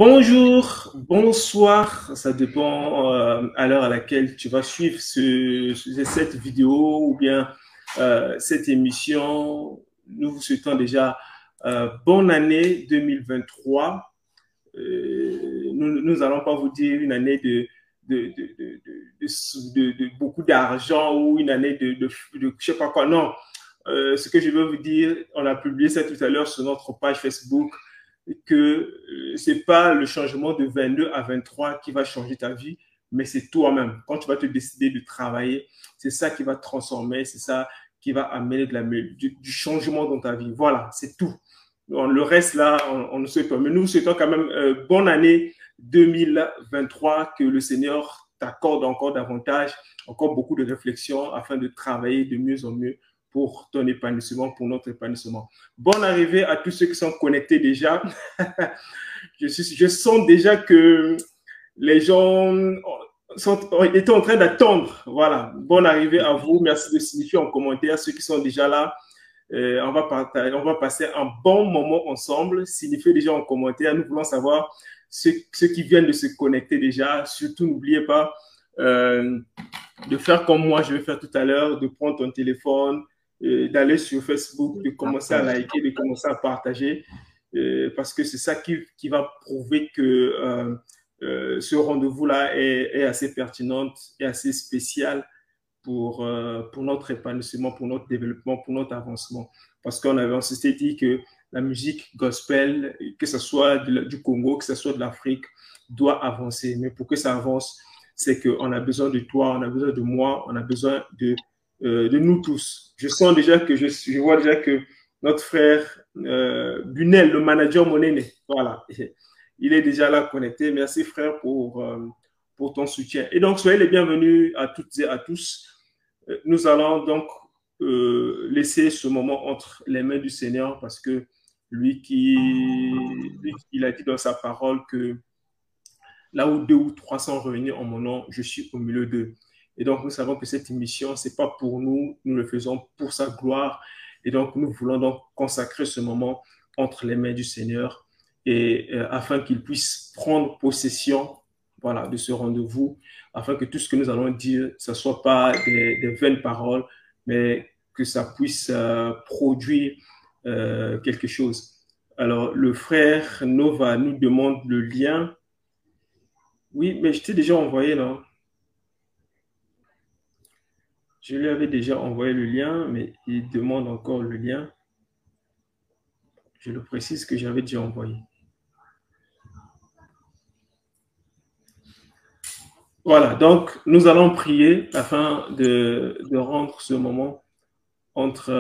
Bonjour, bonsoir, ça dépend à l'heure à laquelle tu vas suivre cette vidéo ou bien cette émission. Nous vous souhaitons déjà bonne année 2023. Nous n'allons pas vous dire une année de beaucoup d'argent ou une année je sais pas quoi. Non, ce que je veux vous dire, on a publié ça tout à l'heure sur notre page Facebook, que c'est pas le changement de 22 à 23 qui va changer ta vie, mais c'est toi-même. Quand tu vas te décider de travailler, c'est ça qui va te transformer, c'est ça qui va amener du changement dans ta vie. Voilà, c'est tout. Le reste, là, on ne sait pas. Mais nous souhaitons quand même bonne année 2023, que le Seigneur t'accorde encore davantage, encore beaucoup de réflexions afin de travailler de mieux en mieux pour ton épanouissement, pour notre épanouissement. Bonne arrivée à tous ceux qui sont connectés déjà. Je sens déjà que les gens étaient en train d'attendre. Voilà. Bonne arrivée à vous. Merci de signifier en commentaire ceux qui sont déjà là. On va passer un bon moment ensemble. Signifiez déjà en commentaire. Nous voulons savoir ceux qui viennent de se connecter déjà. Surtout, n'oubliez pas de faire comme moi, je vais faire tout à l'heure, de prendre ton téléphone, d'aller sur Facebook, de commencer à liker, de commencer à partager, parce que c'est ça qui va prouver que ce rendez-vous-là est assez pertinent et assez spécial pour notre épanouissement, pour notre développement, pour notre avancement. Parce on s'était dit que la musique gospel, que ce soit du Congo, que ce soit de l'Afrique, doit avancer. Mais pour que ça avance, c'est qu'on a besoin de toi, on a besoin de moi, on a besoin de nous tous. Je sens déjà que je vois déjà que notre frère Bunel, le manager Monene, voilà, il est déjà là connecté. Merci frère pour ton soutien. Et donc, soyez les bienvenus à toutes et à tous. Nous allons donc laisser ce moment entre les mains du Seigneur, parce que lui, il a dit dans sa parole que là où 2 ou 3 sont réunis en mon nom, je suis au milieu d'eux. Et donc, nous savons que cette émission, ce n'est pas pour nous, nous le faisons pour sa gloire. Et donc, nous voulons donc consacrer ce moment entre les mains du Seigneur, et afin qu'il puisse prendre possession, voilà, de ce rendez-vous, afin que tout ce que nous allons dire, ce ne soit pas des vaines paroles, mais que ça puisse produire quelque chose. Alors, le frère Nova nous demande le lien. Oui, mais je t'ai déjà envoyé, non? Je lui avais déjà envoyé le lien, mais il demande encore le lien. Je le précise que j'avais déjà envoyé. Voilà, donc nous allons prier afin de rendre ce moment entre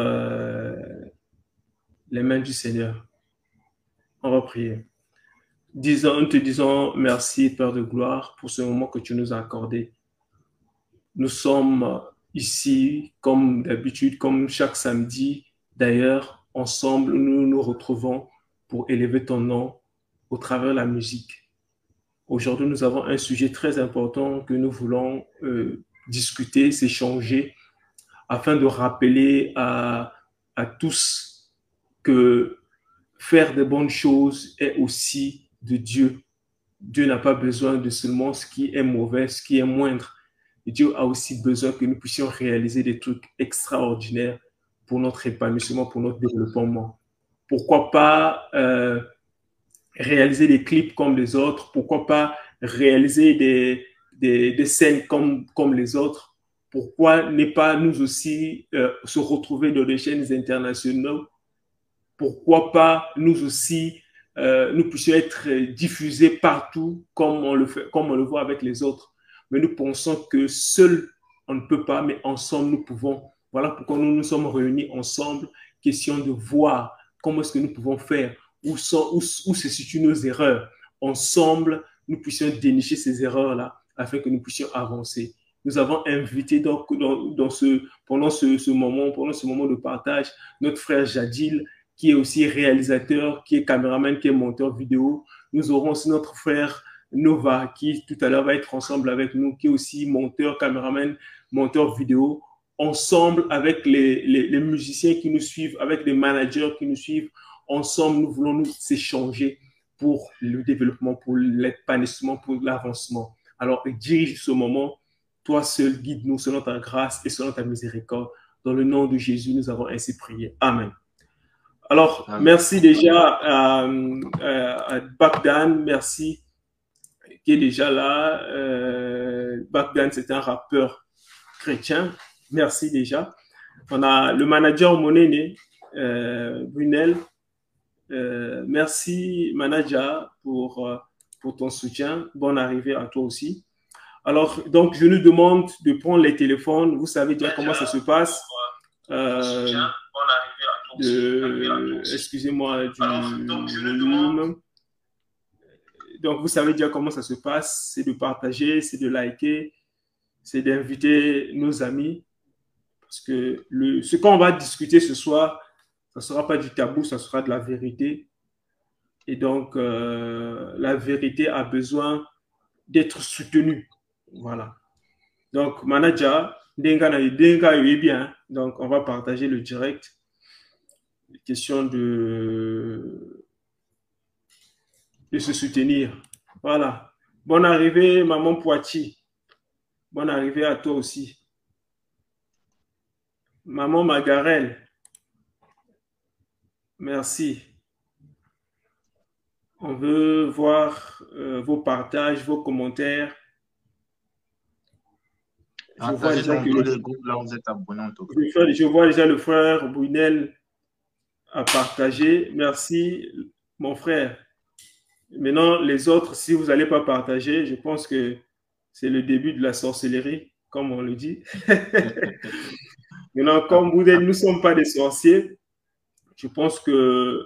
les mains du Seigneur. On va prier. Nous te disons merci, Père de gloire, pour ce moment que tu nous as accordé. Nous sommes ici, comme d'habitude, comme chaque samedi. D'ailleurs, ensemble, nous nous retrouvons pour élever ton nom au travers de la musique. Aujourd'hui, nous avons un sujet très important que nous voulons discuter, s'échanger, afin de rappeler à tous que faire de bonnes choses est aussi de Dieu. Dieu n'a pas besoin de seulement ce qui est mauvais, ce qui est moindre. Dieu a aussi besoin que nous puissions réaliser des trucs extraordinaires pour notre épanouissement, pour notre développement. Pourquoi pas réaliser des clips comme les autres? Pourquoi pas réaliser des scènes comme les autres? Pourquoi ne pas nous aussi se retrouver dans des chaînes internationales? Pourquoi pas nous aussi, nous puissions être diffusés partout comme on le voit avec les autres? Mais nous pensons que seul on ne peut pas, mais ensemble nous pouvons. Voilà pourquoi nous nous sommes réunis ensemble, question de voir comment est-ce que nous pouvons faire, où se situent nos erreurs. Ensemble, nous puissions dénicher ces erreurs-là afin que nous puissions avancer. Nous avons invité donc pendant ce moment de partage, notre frère Jadil, qui est aussi réalisateur, qui est caméraman, qui est monteur vidéo. Nous aurons aussi notre frère Nova, qui tout à l'heure va être ensemble avec nous, qui est aussi monteur, caméraman, monteur vidéo, ensemble avec les musiciens qui nous suivent, avec les managers qui nous suivent. Ensemble, nous voulons nous s'échanger pour le développement, pour l'épanouissement, pour l'avancement. Alors, dirige ce moment. Toi seul, guide-nous selon ta grâce et selon ta miséricorde. Dans le nom de Jésus, nous avons ainsi prié. Amen. Alors, merci déjà à Bagdan, merci, qui est déjà là. Bagdan, c'est un rappeur chrétien. Merci déjà. On a le manager Monene, Brunel. Merci, manager, pour ton soutien. Bonne arrivée à toi aussi. Alors, donc, je nous demande de prendre les téléphones. Vous savez déjà comment ça se passe. Excusez-moi du volume. Donc, vous savez déjà comment ça se passe. C'est de partager, c'est de liker, c'est d'inviter nos amis. Parce que ce qu'on va discuter ce soir, ça ne sera pas du tabou, ça sera de la vérité. Et donc, la vérité a besoin d'être soutenue. Voilà. Donc, manager, Denga est bien. Donc, on va partager le direct. Question de se soutenir. Voilà. Bonne arrivée, maman Poitiers. Bonne arrivée à toi aussi. Maman Magarel. Merci. On veut voir vos partages, vos commentaires. Je vois déjà que les groupes là, vous êtes abonnés en tout cas. Je vois déjà le frère Brunel a partagé. Merci, mon frère. Maintenant, les autres, si vous n'allez pas partager, je pense que c'est le début de la sorcellerie, comme on le dit. Maintenant, comme nous ne sommes pas des sorciers, je pense que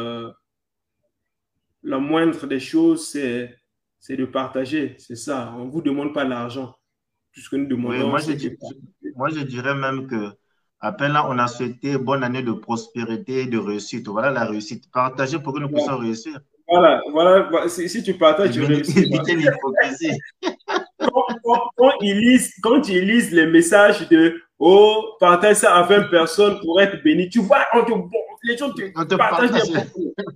la moindre des choses, c'est de partager. C'est ça. On ne vous demande pas l'argent. Tout ce que nous demandons, moi, je dirais même que après là, on a souhaité bonne année de prospérité et de réussite. Voilà la réussite. Partagez pour que nous puissions réussir. Voilà. Si tu partages, tu réussis. Évitez l'hypocrisie. Quand ils lisent les messages de « Oh, partage ça à 20 personnes pour être béni », tu vois, les gens te partagent des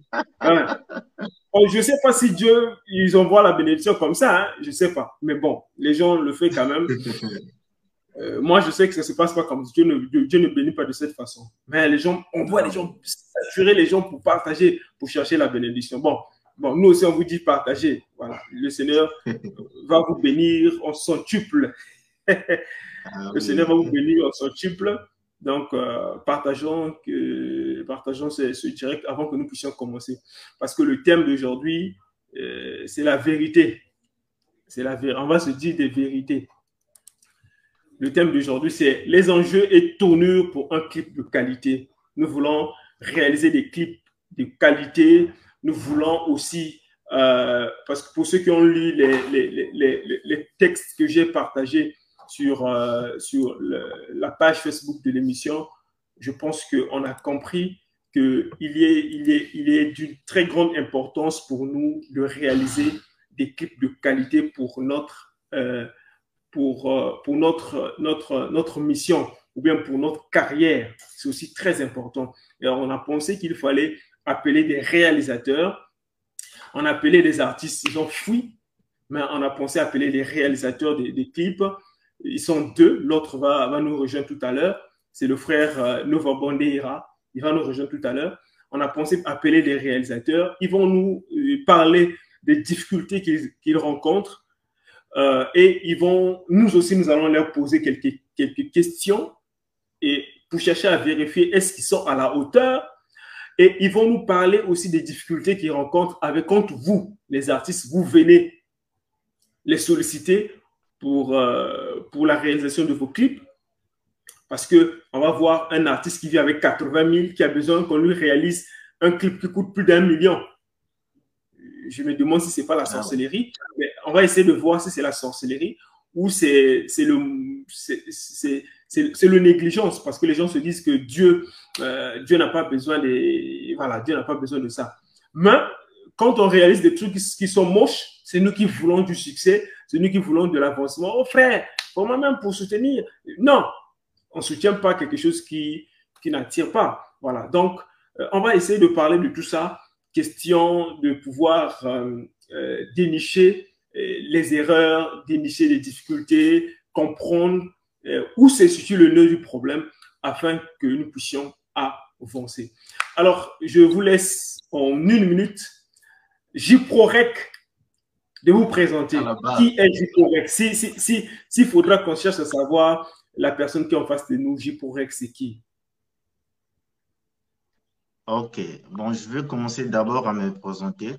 je ne sais pas si Dieu, ils envoient la bénédiction comme ça, hein, je ne sais pas. Mais bon, les gens le font quand même. Moi, je sais que ça ne se passe pas comme ça. Dieu ne bénit pas de cette façon. Mais les gens, on voit les gens saturer les gens pour partager, pour chercher la bénédiction. Bon, nous aussi, on vous dit partager. Voilà, le Seigneur va vous bénir en centuple. Le Seigneur va vous bénir en centuple. Donc, partageons ce direct avant que nous puissions commencer. Parce que le thème d'aujourd'hui, c'est la vérité. On va se dire des vérités. Le thème d'aujourd'hui, c'est les enjeux et tournures pour un clip de qualité. Nous voulons réaliser des clips de qualité. Nous voulons aussi, parce que pour ceux qui ont lu les textes que j'ai partagés sur la page Facebook de l'émission, je pense qu'on a compris qu'il est d'une très grande importance pour nous de réaliser des clips de qualité pour notre mission ou bien pour notre carrière. C'est aussi très important. Et alors, on a pensé qu'il fallait appeler des réalisateurs. On a appelé des artistes, ils ont fui, mais on a pensé appeler des réalisateurs des clips. Ils sont deux. L'autre va nous rejoindre tout à l'heure. C'est le frère Nova Bandeira. Il va nous rejoindre tout à l'heure. On a pensé appeler des réalisateurs. Ils vont nous parler des difficultés qu'ils rencontrent. Et nous aussi, nous allons leur poser quelques questions et pour chercher à vérifier est-ce qu'ils sont à la hauteur. Et ils vont nous parler aussi des difficultés qu'ils rencontrent quand vous, les artistes, vous venez les solliciter pour la réalisation de vos clips. Parce qu'on va voir un artiste qui vit avec 80 000 qui a besoin qu'on lui réalise un clip qui coûte plus d'1 million. Je me demande si ce n'est pas la sorcellerie, mais on va essayer de voir si c'est la sorcellerie ou c'est le négligence, parce que les gens se disent que Dieu n'a pas besoin Dieu n'a pas besoin de ça. Mais quand on réalise des trucs qui sont moches, c'est nous qui voulons du succès, c'est nous qui voulons de l'avancement. Oh frère, pour moi-même, pour soutenir. Non, on ne soutient pas quelque chose qui n'attire pas. Voilà, donc on va essayer de parler de tout ça. question de pouvoir dénicher les erreurs, dénicher les difficultés, comprendre où se situe le nœud du problème afin que nous puissions avancer. Alors, je vous laisse en 1 minute JPROREC de vous présenter. Qui est JPROREC? S'il faudra qu'on cherche à savoir la personne qui est en face de nous, JPROREC, c'est qui? Ok, bon, je vais commencer d'abord à me présenter.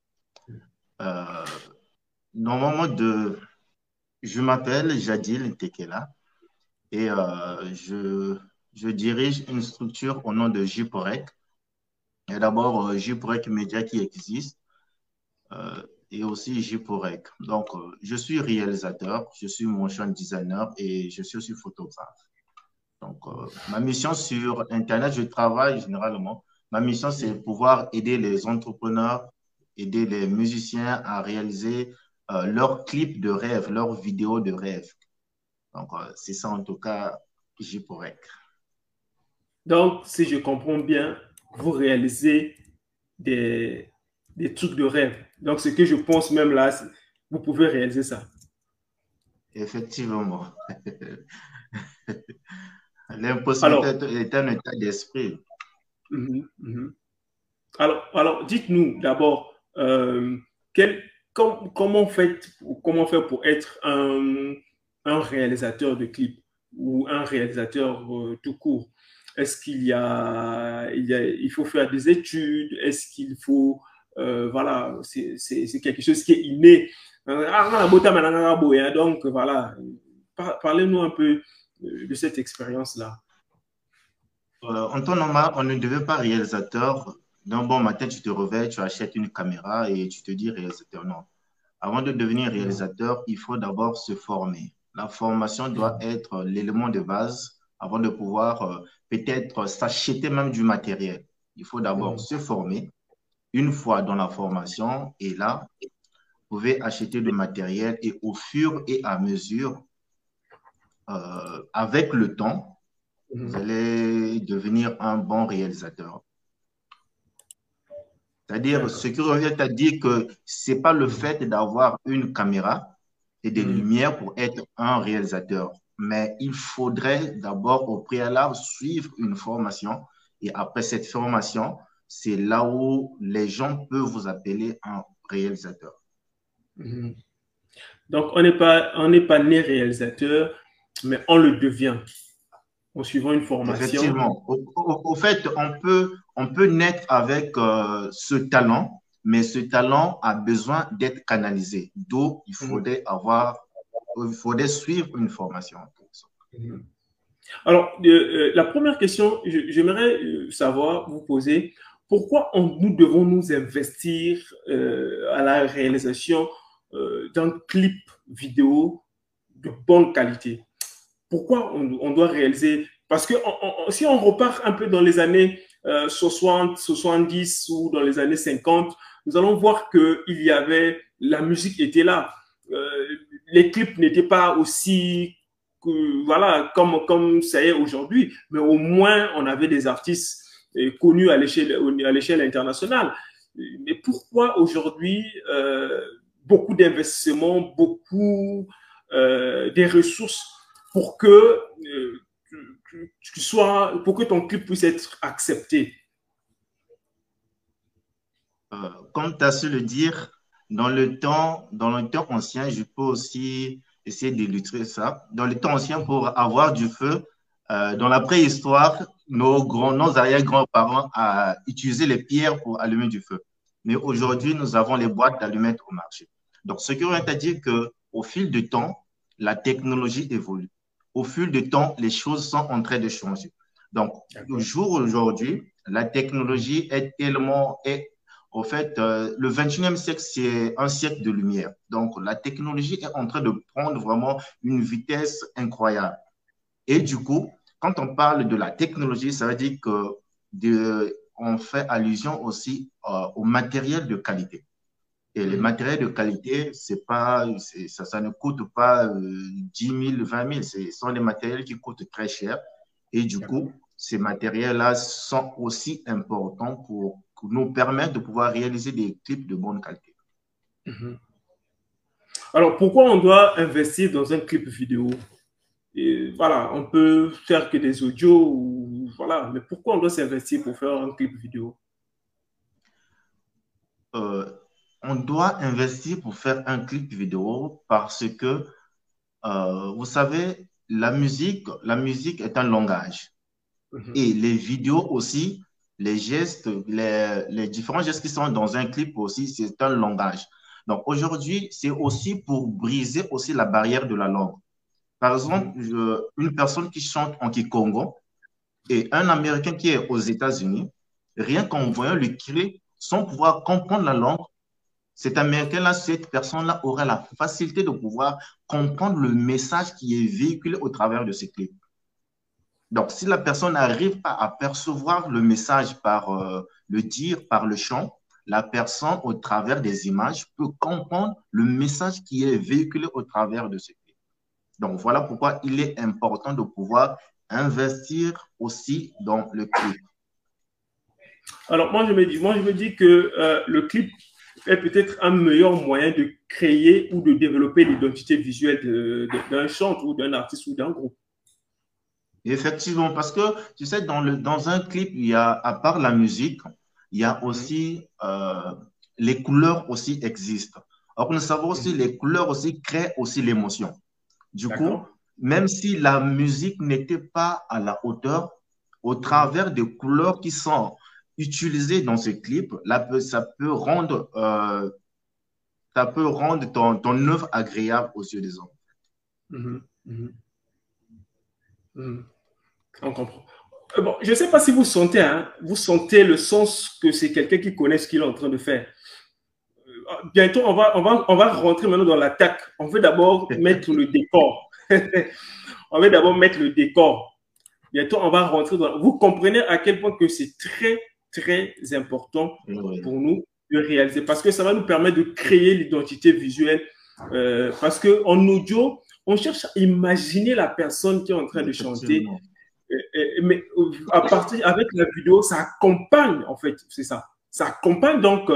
Normalement, je m'appelle Jadil Tekela et je dirige une structure au nom de JPROREC. Il y a d'abord JPROREC Média qui existe et aussi JPROREC. Donc, je suis réalisateur, je suis motion designer et je suis aussi photographe. Donc, ma mission sur Internet, je travaille généralement. Ma mission, c'est de pouvoir aider les entrepreneurs, aider les musiciens à réaliser leurs clips de rêve, leurs vidéos de rêve. Donc, c'est ça en tout cas, JPROREC. Donc, si je comprends bien, vous réalisez des trucs de rêve. Donc, ce que je pense même là, vous pouvez réaliser ça. Effectivement. L'impossibilité est un état d'esprit. Alors dites-nous d'abord, comment faire pour être un réalisateur de clips ou un réalisateur tout court? Est-ce il faut faire des études? Est-ce qu'il faut, voilà, c'est quelque chose qui est inné. Donc voilà, parlez-nous un peu de cette expérience-là. En temps normal, on ne devait pas réalisateur. D'un bon matin, tu te réveilles, tu achètes une caméra et tu te dis réalisateur. Non. Avant de devenir réalisateur, il faut d'abord se former. La formation doit être l'élément de base avant de pouvoir peut-être s'acheter même du matériel. Il faut d'abord se former. Une fois dans la formation, et là, vous pouvez acheter du matériel et au fur et à mesure, avec le temps, vous allez devenir un bon réalisateur. C'est-à-dire, ce qui revient à dire que ce n'est pas le fait d'avoir une caméra et des lumières pour être un réalisateur, mais il faudrait d'abord au préalable suivre une formation et après cette formation, c'est là où les gens peuvent vous appeler un réalisateur. Donc, on n'est pas né réalisateur, mais on le devient en suivant une formation. Effectivement. Au fait, on peut naître avec ce talent, mais ce talent a besoin d'être canalisé. D'où il faudrait suivre une formation. Alors, la première question, j'aimerais savoir, vous poser, pourquoi nous devons nous investir à la réalisation d'un clip vidéo de bonne qualité? Pourquoi on doit réaliser? Parce que si on repart un peu dans les années 60, 70 ou dans les années 50, nous allons voir que la musique était là. Les clips n'étaient pas aussi voilà, comme ça est aujourd'hui, mais au moins on avait des artistes connus à l'échelle internationale. Mais pourquoi aujourd'hui beaucoup d'investissements, beaucoup des ressources pour que pour que ton clip puisse être accepté? Comme tu as su le dire, dans le temps ancien, je peux aussi essayer d'illustrer ça. Dans le temps ancien, pour avoir du feu, dans la préhistoire, nos arrière-grands-parents utilisaient les pierres pour allumer du feu. Mais aujourd'hui, nous avons les boîtes d'allumettes au marché. Donc, ce qui revient à dire qu'au fil du temps, la technologie évolue. Au fil du temps, les choses sont en train de changer. Donc, au jour aujourd'hui, la technologie est tellement… Au fait, le 21e siècle, c'est un siècle de lumière. Donc, la technologie est en train de prendre vraiment une vitesse incroyable. Et du coup, quand on parle de la technologie, ça veut dire qu'on fait allusion aussi au matériel de qualité. Et les matériels de qualité, ça ne coûte pas 10 000, 20 000. Ce sont des matériels qui coûtent très cher. Et du coup, ces matériels-là sont aussi importants pour nous permettent de pouvoir réaliser des clips de bonne qualité. Alors, pourquoi on doit investir dans un clip vidéo? Et voilà, on peut faire que des audios, ou, voilà, mais pourquoi on doit s'investir pour faire un clip vidéo? Euh, on doit investir pour faire un clip vidéo parce que, vous savez, la musique est un langage. Et les vidéos aussi, les gestes, les différents gestes qui sont dans un clip aussi, c'est un langage. Donc aujourd'hui, c'est aussi pour briser aussi la barrière de la langue. Par exemple, une personne qui chante en Kikongo et un Américain qui est aux États-Unis, rien qu'en voyant le clip, sans pouvoir comprendre la langue, cet Américain-là, cette personne-là aura la facilité de pouvoir comprendre le message qui est véhiculé au travers de ces clips. Donc, si la personne n'arrive pas à percevoir le message par le dire, par le chant, la personne, au travers des images, peut comprendre le message qui est véhiculé au travers de ce clip. Donc, voilà pourquoi il est important de pouvoir investir aussi dans le clip. Alors, moi, je me dis que le clip est peut-être un meilleur moyen de créer ou de développer l'identité visuelle d'un chanteur ou d'un artiste ou d'un groupe. Effectivement, parce que, tu sais, dans un clip, il y a, à part la musique, il y a aussi les couleurs aussi existent. Alors, nous savons aussi les couleurs aussi créent aussi l'émotion. Du coup, même si la musique n'était pas à la hauteur, au travers des couleurs qui sont utilisées dans ce clip, là, ça peut rendre ton œuvre agréable aux yeux des hommes. On comprend. Bon, je ne sais pas si vous sentez, hein, vous sentez le sens que c'est quelqu'un qui connaît ce qu'il est en train de faire. Bientôt, on va rentrer maintenant dans l'attaque. On veut d'abord mettre le décor. On veut d'abord mettre le décor. Bientôt, on va rentrer dans... Vous comprenez à quel point que c'est très, très important pour nous de réaliser. Parce que ça va nous permettre de créer l'identité visuelle. Parce qu'en audio, on cherche à imaginer la personne qui est en train de chanter. Mais à partir avec la vidéo, ça accompagne, en fait, c'est ça. Ça accompagne donc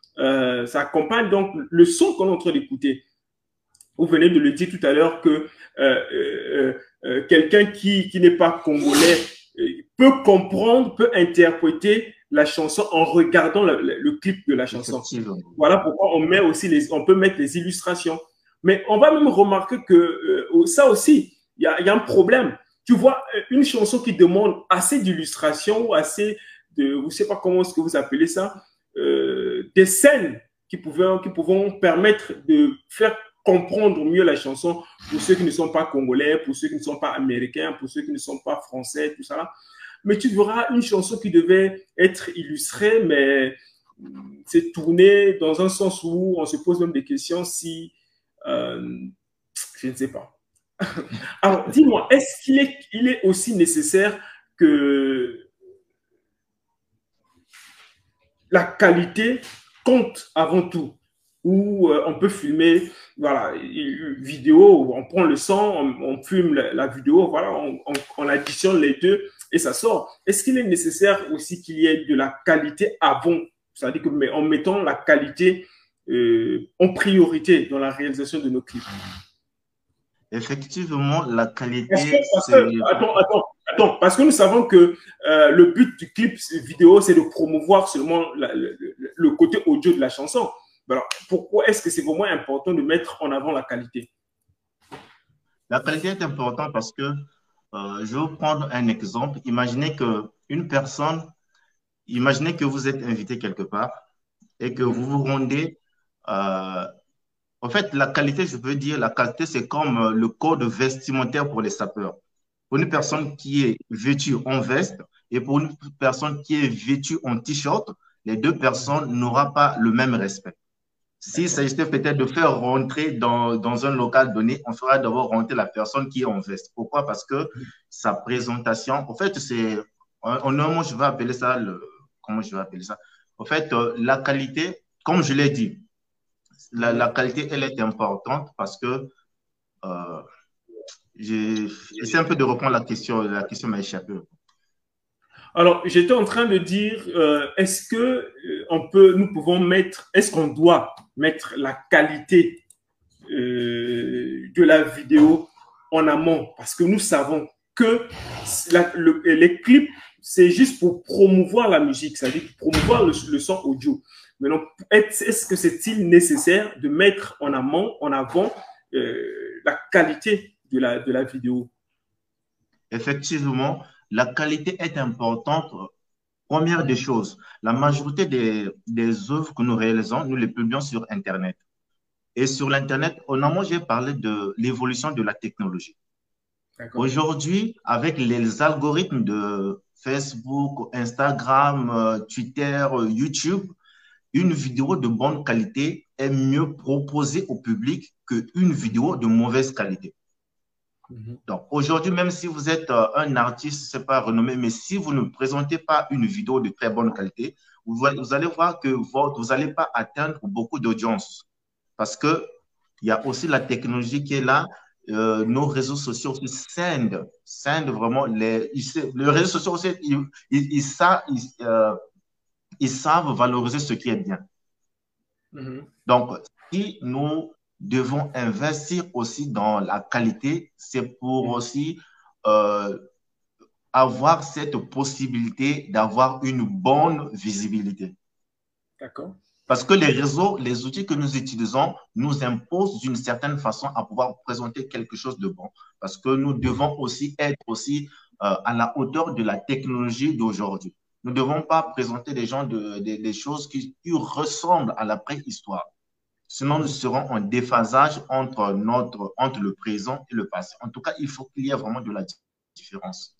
le son qu'on est en train d'écouter. Vous venez de le dire tout à l'heure que quelqu'un qui n'est pas congolais peut comprendre, peut interpréter la chanson en regardant le clip de la chanson. Voilà pourquoi on peut mettre les illustrations. Mais on va même remarquer que ça aussi, il y a un problème. Tu vois, une chanson qui demande assez d'illustrations ou assez de, je ne sais pas comment est-ce que vous appelez ça, des scènes qui pouvons permettre de faire comprendre mieux la chanson pour ceux qui ne sont pas congolais, pour ceux qui ne sont pas américains, pour ceux qui ne sont pas français, tout ça. Mais tu verras une chanson qui devait être illustrée, mais c'est tourné dans un sens où on se pose même des questions si, je ne sais pas. Alors, dis-moi, est-ce qu'il est aussi nécessaire que la qualité compte avant tout, où on peut filmer, voilà, une vidéo, on prend le son, on filme la vidéo, voilà, on additionne les deux et ça sort. Est-ce qu'il est nécessaire aussi qu'il y ait de la qualité avant, c'est-à-dire en mettant la qualité en priorité dans la réalisation de nos clips? Effectivement, la qualité, attends, parce que nous savons que le but du clip vidéo, c'est de promouvoir seulement le côté audio de la chanson. Alors, pourquoi est-ce que c'est vraiment important de mettre en avant la qualité? La qualité est importante parce que, je vais prendre un exemple. Imaginez que vous êtes invité quelque part et que vous vous rendez en fait, la qualité, je veux dire, la qualité, c'est comme le code vestimentaire pour les sapeurs. Pour une personne qui est vêtue en veste et pour une personne qui est vêtue en t-shirt, les deux personnes n'auront pas le même respect. S'il s'agissait peut-être de faire rentrer dans un local donné, on fera d'abord rentrer la personne qui est en veste. Pourquoi? Parce que sa présentation, en fait, c'est, en un mot, je vais appeler ça, comment je vais appeler ça? En fait, la qualité, comme je l'ai dit, la qualité, elle est importante parce que j'essaie un peu de reprendre la question m'a échappé. Alors, j'étais en train de dire, est-ce que nous pouvons mettre, est-ce qu'on doit mettre la qualité de la vidéo en amont? Parce que nous savons que les clips, c'est juste pour promouvoir la musique, c'est-à-dire pour promouvoir le son audio. Maintenant, est-ce que c'est-il nécessaire de mettre en amont, en avant, la qualité de la vidéo? Effectivement, la qualité est importante. Première des choses, la majorité des œuvres que nous réalisons, nous les publions sur Internet. Et sur l'Internet, en amont, j'ai parlé de l'évolution de la technologie. Aujourd'hui, avec les algorithmes de Facebook, Instagram, Twitter, YouTube, une vidéo de bonne qualité est mieux proposée au public qu'une vidéo de mauvaise qualité. Donc, aujourd'hui, même si vous êtes un artiste, c'est pas renommé, mais si vous ne présentez pas une vidéo de très bonne qualité, vous allez voir que vous n'allez pas atteindre beaucoup d'audience. Parce que il y a aussi la technologie qui est là. Nos réseaux sociaux aussi scindent vraiment les réseaux sociaux aussi, ils savent valoriser ce qui est bien. Donc, si nous devons investir aussi dans la qualité, c'est pour aussi avoir cette possibilité d'avoir une bonne visibilité. D'accord. Parce que les réseaux, les outils que nous utilisons nous imposent d'une certaine façon à pouvoir présenter quelque chose de bon. Parce que nous devons aussi être aussi à la hauteur de la technologie d'aujourd'hui. Nous ne devons pas présenter des choses qui ressemblent à la préhistoire. Sinon, nous serons en déphasage entre le présent et le passé. En tout cas, il faut qu'il y ait vraiment de la différence.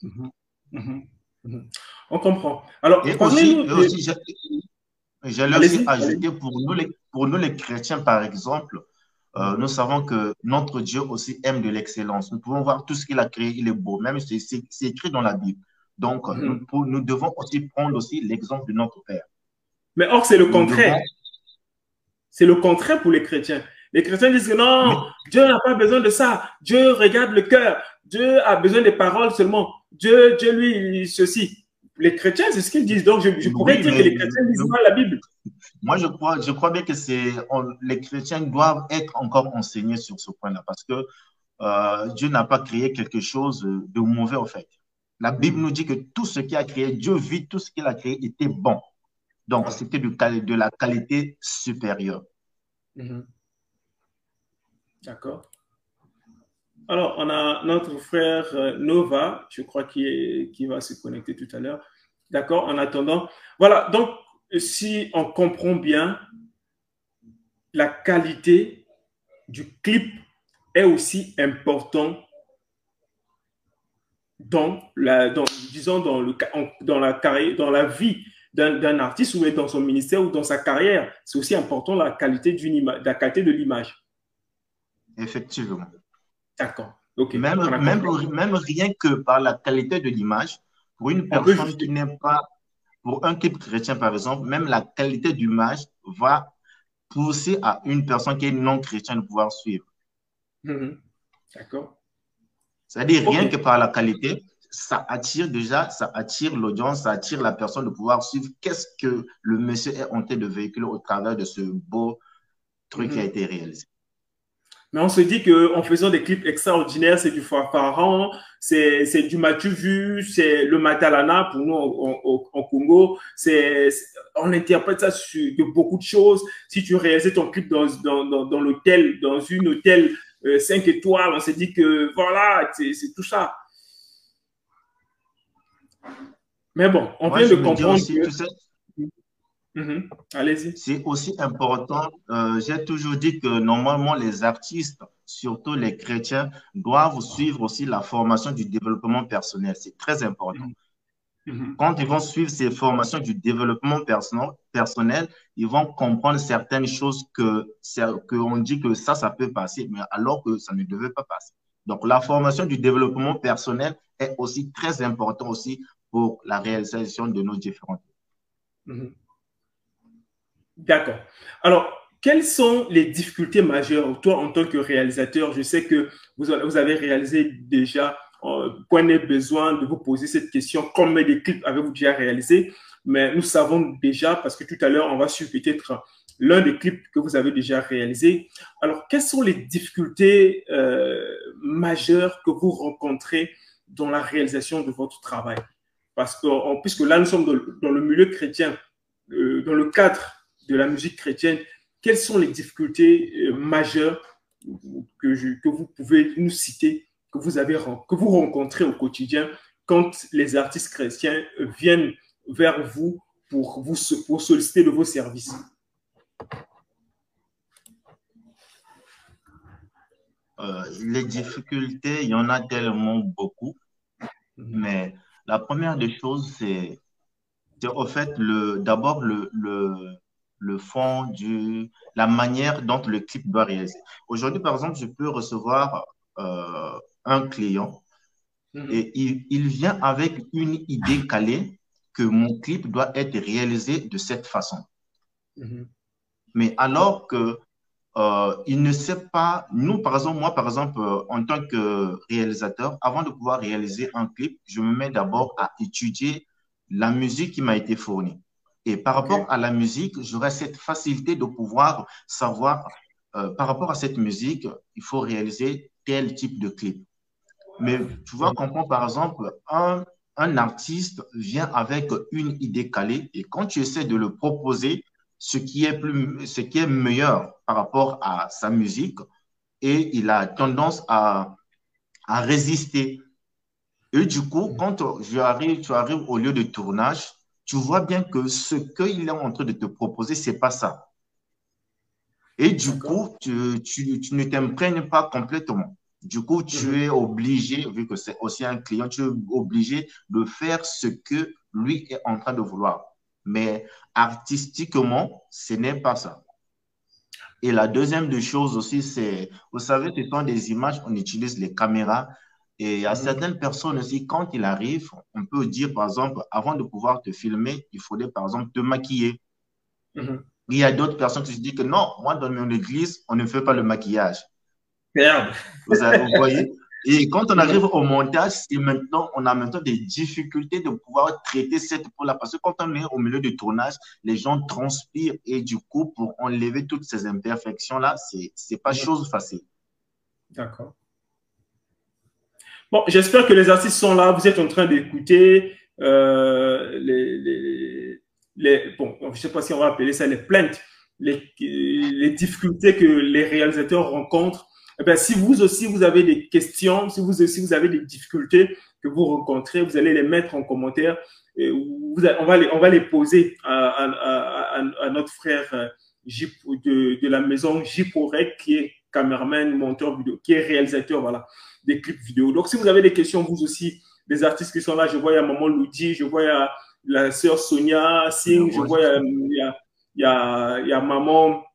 On comprend. Alors, et aussi j'allais aussi ajouter, pour nous les chrétiens, par exemple, nous savons que notre Dieu aussi aime de l'excellence. Nous pouvons voir tout ce qu'il a créé, il est beau. Même c'est écrit dans la Bible. Donc, nous devons aussi prendre aussi l'exemple de notre Père. Mais or, c'est le contraire. C'est le contraire pour les chrétiens. Les chrétiens disent que non, Dieu n'a pas besoin de ça. Dieu regarde le cœur. Dieu a besoin des paroles seulement. Dieu lui, ceci. Les chrétiens, c'est ce qu'ils disent. Donc, je pourrais dire que les chrétiens lisent mal la Bible. Moi, je crois bien que les chrétiens doivent être encore enseignés sur ce point-là parce que Dieu n'a pas créé quelque chose de mauvais, en fait. La Bible nous dit que tout ce qu'il a créé, Dieu vit tout ce qu'il a créé était bon. Donc, c'était de la qualité supérieure. D'accord. Alors, on a notre frère Nova, je crois, qui va se connecter tout à l'heure. D'accord, en attendant. Voilà, donc, si on comprend bien, la qualité du clip est aussi important disons, dans la vie d'un artiste ou dans son ministère ou dans sa carrière. C'est aussi important la qualité de l'image. Effectivement. D'accord. Okay. Même rien que par la qualité de l'image, pour une personne qui n'est pas, pour un clip chrétien par exemple, même la qualité d'image va pousser à une personne qui est non chrétienne de pouvoir suivre. D'accord. C'est-à-dire rien que par la qualité, ça attire l'audience, ça attire la personne de pouvoir suivre qu'est-ce que le monsieur est en train de véhiculer au travers de ce beau truc qui a été réalisé. Mais on se dit qu'en faisant des clips extraordinaires, c'est du Pharaon, c'est du Mathieu Vu, c'est le Matalana pour nous en Congo. On interprète ça de beaucoup de choses. Si tu réalises ton clip dans l'hôtel, dans une hôtel 5 étoiles, on se dit que voilà, c'est tout ça. Mais bon, on vient de comprendre aussi, que... tu sais, allez-y. C'est aussi important. J'ai toujours dit que normalement, les artistes, surtout les chrétiens, doivent suivre aussi la formation du développement personnel. C'est très important. Quand ils vont suivre ces formations du développement personnel, ils vont comprendre certaines choses qu'on dit que ça peut passer, mais alors que ça ne devait pas passer. Donc, la formation du développement personnel est aussi très importante aussi pour la réalisation de nos différentes. D'accord. Alors, quelles sont les difficultés majeures, toi, en tant que réalisateur? Je sais que vous avez réalisé déjà point n'est besoin de vous poser cette question, combien de clips avez-vous déjà réalisé? Mais nous savons déjà, parce que tout à l'heure, on va suivre peut-être l'un des clips que vous avez déjà réalisé. Alors, quelles sont les difficultés majeures que vous rencontrez dans la réalisation de votre travail? Parce que, puisque là, nous sommes dans le milieu chrétien, dans le cadre de la musique chrétienne, quelles sont les difficultés majeures que vous pouvez nous citer, que vous rencontrez au quotidien quand les artistes chrétiens viennent vers vous pour solliciter de vos services? Les difficultés, il y en a tellement beaucoup, mais la première des choses, c'est au fait d'abord le fond la manière dont le clip doit réaliser. Aujourd'hui, par exemple, je peux recevoir un client et il vient avec une idée calée que mon clip doit être réalisé de cette façon. Mais alors que il ne sait pas, nous, par exemple, moi, par exemple, en tant que réalisateur, avant de pouvoir réaliser un clip, je me mets d'abord à étudier la musique qui m'a été fournie. Et par rapport à la musique, j'aurai cette facilité de pouvoir savoir, par rapport à cette musique, il faut réaliser tel type de clip. Mais tu vois, comprends, par exemple, un artiste vient avec une idée calée et quand tu essaies de le proposer, ce qui est meilleur par rapport à sa musique, et il a tendance à résister. Et du coup, quand tu arrives au lieu de tournage, tu vois bien que ce qu'il est en train de te proposer, c'est pas ça. Et du coup, tu ne t'imprègnes pas complètement. Du coup, tu es obligé, vu que c'est aussi un client, tu es obligé de faire ce que lui est en train de vouloir. Mais artistiquement, ce n'est pas ça. Et la deuxième des choses aussi, c'est, vous savez, ce sont des images, on utilise les caméras. Et il y a certaines personnes aussi, quand il arrive, on peut dire, par exemple, avant de pouvoir te filmer, il faudrait, par exemple, te maquiller. Il y a d'autres personnes qui se disent que non, moi, dans mon église, on ne fait pas le maquillage. Merde. Vous voyez? Et quand on arrive au montage, on a maintenant des difficultés de pouvoir traiter cette peau-là. Parce que quand on est au milieu du tournage, les gens transpirent et du coup, pour enlever toutes ces imperfections-là, c'est pas chose facile. D'accord. Bon, j'espère que les artistes sont là. Vous êtes en train d'écouter bon, je ne sais pas si on va appeler ça les plaintes, les difficultés que les réalisateurs rencontrent. Eh bien, si vous aussi vous avez des questions, si vous aussi vous avez des difficultés que vous rencontrez, vous allez les mettre en commentaire. Et on va les poser à notre frère de la maison Jiporek, qui est caméraman, monteur vidéo, qui est réalisateur, voilà, des clips vidéo. Donc, si vous avez des questions, vous aussi, des artistes qui sont là, je vois, il y a Maman Loudi, je vois, il y a la sœur Sonia Singh, je vois, il y a Maman,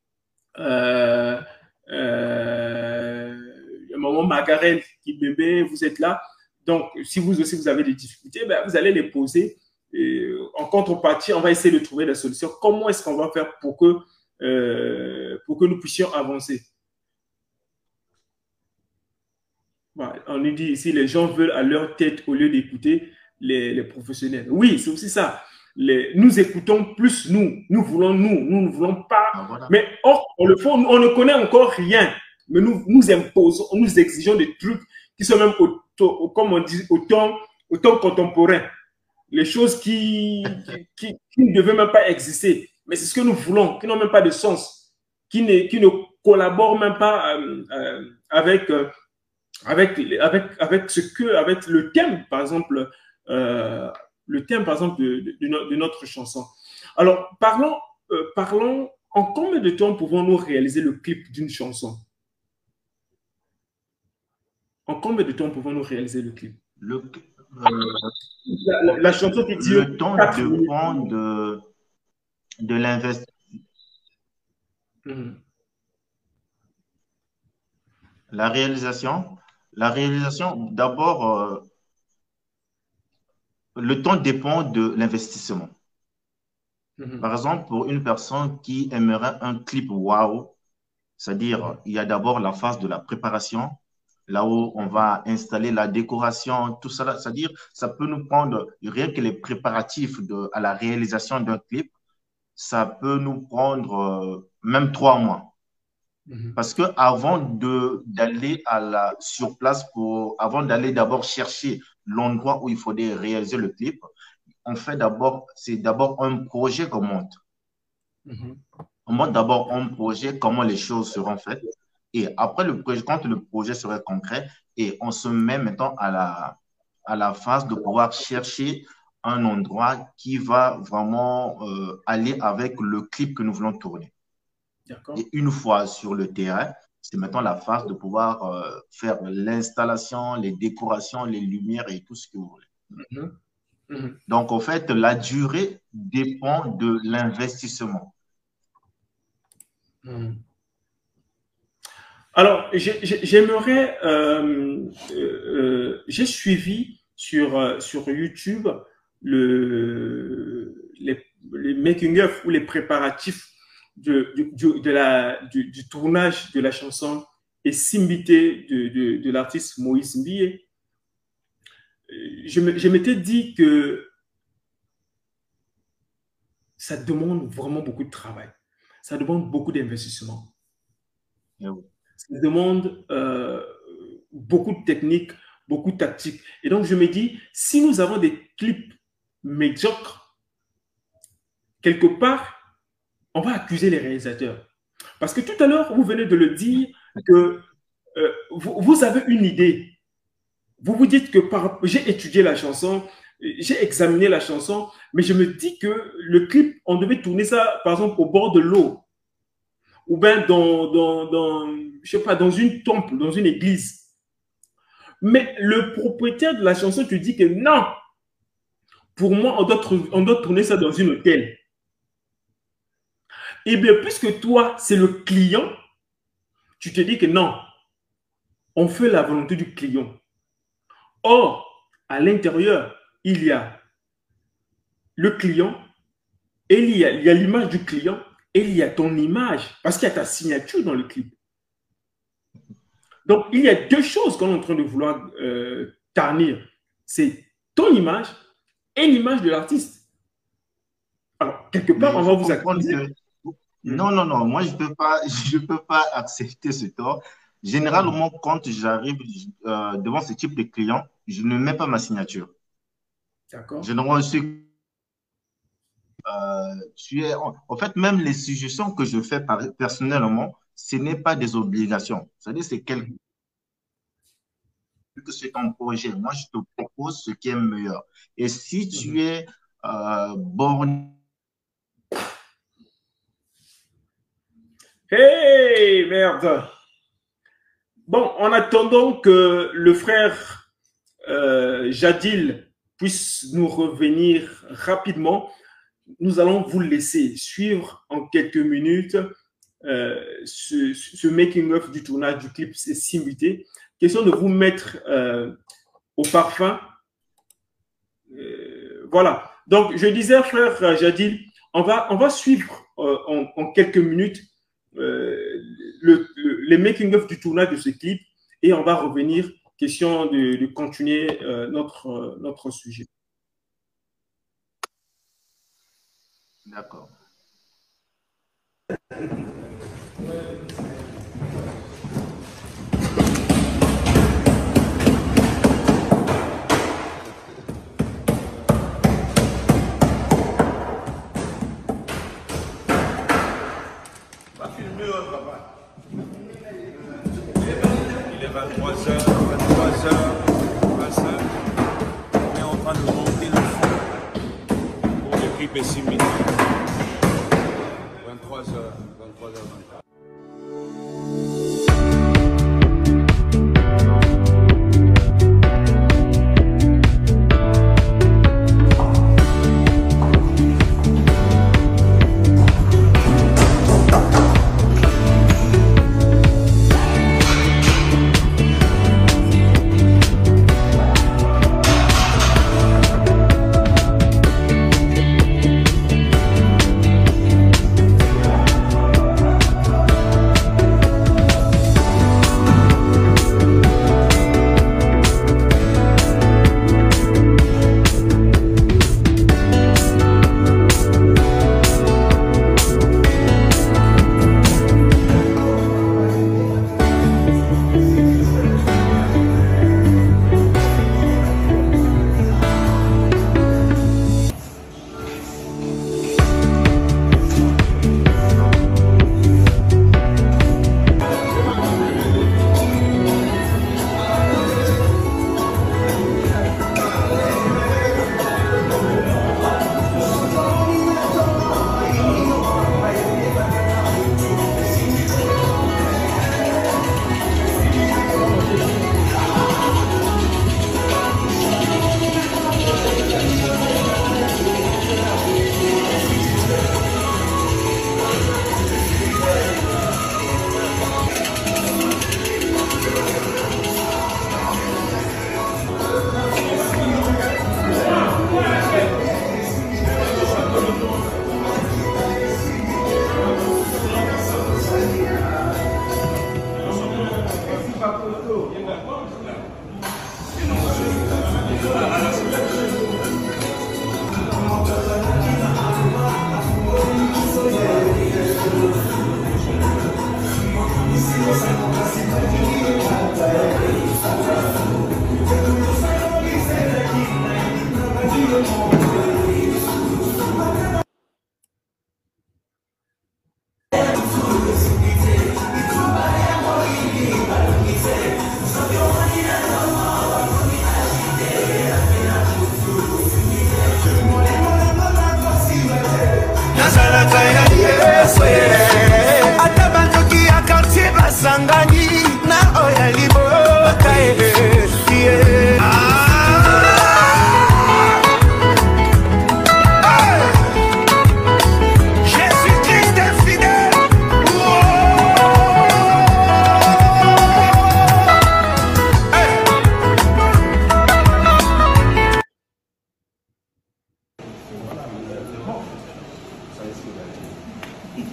Maman Margaret qui bébé, vous êtes là. Donc, si vous aussi vous avez des difficultés, ben, vous allez les poser. Et en contrepartie, on va essayer de trouver des solutions. Comment est-ce qu'on va faire pour que nous puissions avancer? Voilà, on nous dit ici, les gens veulent à leur tête au lieu d'écouter les professionnels. Oui, c'est aussi ça. Nous écoutons plus nous voulons nous ne voulons pas. Ah, voilà. Mais or, on le fait, on ne connaît encore rien. Mais nous imposons, nous exigeons des trucs qui sont même, comme on dit, autant contemporains. Les choses qui ne devaient même pas exister. Mais c'est ce que nous voulons, qui n'ont même pas de sens, qui ne collaborent même pas avec avec le thème, par exemple, de notre chanson. Alors, parlons, en combien de temps pouvons-nous réaliser le clip d'une chanson? En combien de temps pouvons-nous réaliser le clip? La chanson qui dure le temps 4 dépend minutes. de l'investissement. La réalisation, d'abord, le temps dépend de l'investissement. Par exemple, pour une personne qui aimerait un clip wow, c'est-à-dire il y a d'abord la phase de la préparation, là où on va installer la décoration, tout ça. C'est-à-dire, ça peut nous prendre, rien que les préparatifs à la réalisation d'un clip, ça peut nous prendre même 3 mois. Parce que d'aller sur place, avant d'aller d'abord chercher l'endroit où il faudrait réaliser le clip, c'est d'abord un projet qu'on monte. On monte d'abord un projet, comment les choses seront faites. Et après, quand le projet serait concret, et on se met maintenant à la phase de pouvoir chercher un endroit qui va vraiment aller avec le clip que nous voulons tourner. Et une fois sur le terrain, c'est maintenant la phase de pouvoir faire l'installation, les décorations, les lumières et tout ce que vous voulez. Donc, en fait, la durée dépend de l'investissement. Alors, j'aimerais, j'ai suivi sur YouTube les making-of ou les préparatifs du tournage de la chanson et Simbité de l'artiste Moïse Mbie. Je m'étais dit que ça demande vraiment beaucoup de travail. Ça demande beaucoup d'investissement. Ça demande beaucoup de technique, beaucoup de tactique. Et donc, je me dis, si nous avons des clips médiocres, quelque part, on va accuser les réalisateurs. Parce que tout à l'heure, vous venez de le dire, que vous avez une idée. Vous vous dites que j'ai étudié la chanson, j'ai examiné la chanson, mais je me dis que le clip, on devait tourner ça, par exemple, au bord de l'eau, ou bien je sais pas, dans une temple, dans une église. Mais le propriétaire de la chanson te dit que non, pour moi, on doit tourner ça dans un hôtel. Eh bien, puisque toi, c'est le client, tu te dis que non, on fait la volonté du client. Or, à l'intérieur, il y a le client, et il y a l'image du client, et il y a ton image, parce qu'il y a ta signature dans le clip. Donc, il y a deux choses qu'on est en train de vouloir tarnir. C'est ton image et l'image de l'artiste. Alors, quelque part, on va vous accuser. Non, moi, je ne peux pas accepter ce tort. Généralement, quand j'arrive devant ce type de client, je ne mets pas ma signature. D'accord. Généralement, en fait, même les suggestions que je fais personnellement, ce n'est pas des obligations. C'est-à-dire, c'est que c'est ton projet. Moi, je te propose ce qui est meilleur. Et si tu es borné. Hey, merde! Bon, en attendant que le frère Jadil puisse nous revenir rapidement, nous allons vous laisser suivre en quelques minutes ce making-of du tournage du clip Simbité. Question de vous mettre au parfum. Voilà. Donc, je disais, frère Jadil, on va suivre en quelques minutes les making-of du tournage de ce clip et on va revenir, question de continuer notre sujet. D'accord. Il est 23h25. On est en train de monter le fond pour le clip et 6 minutes. 23h24.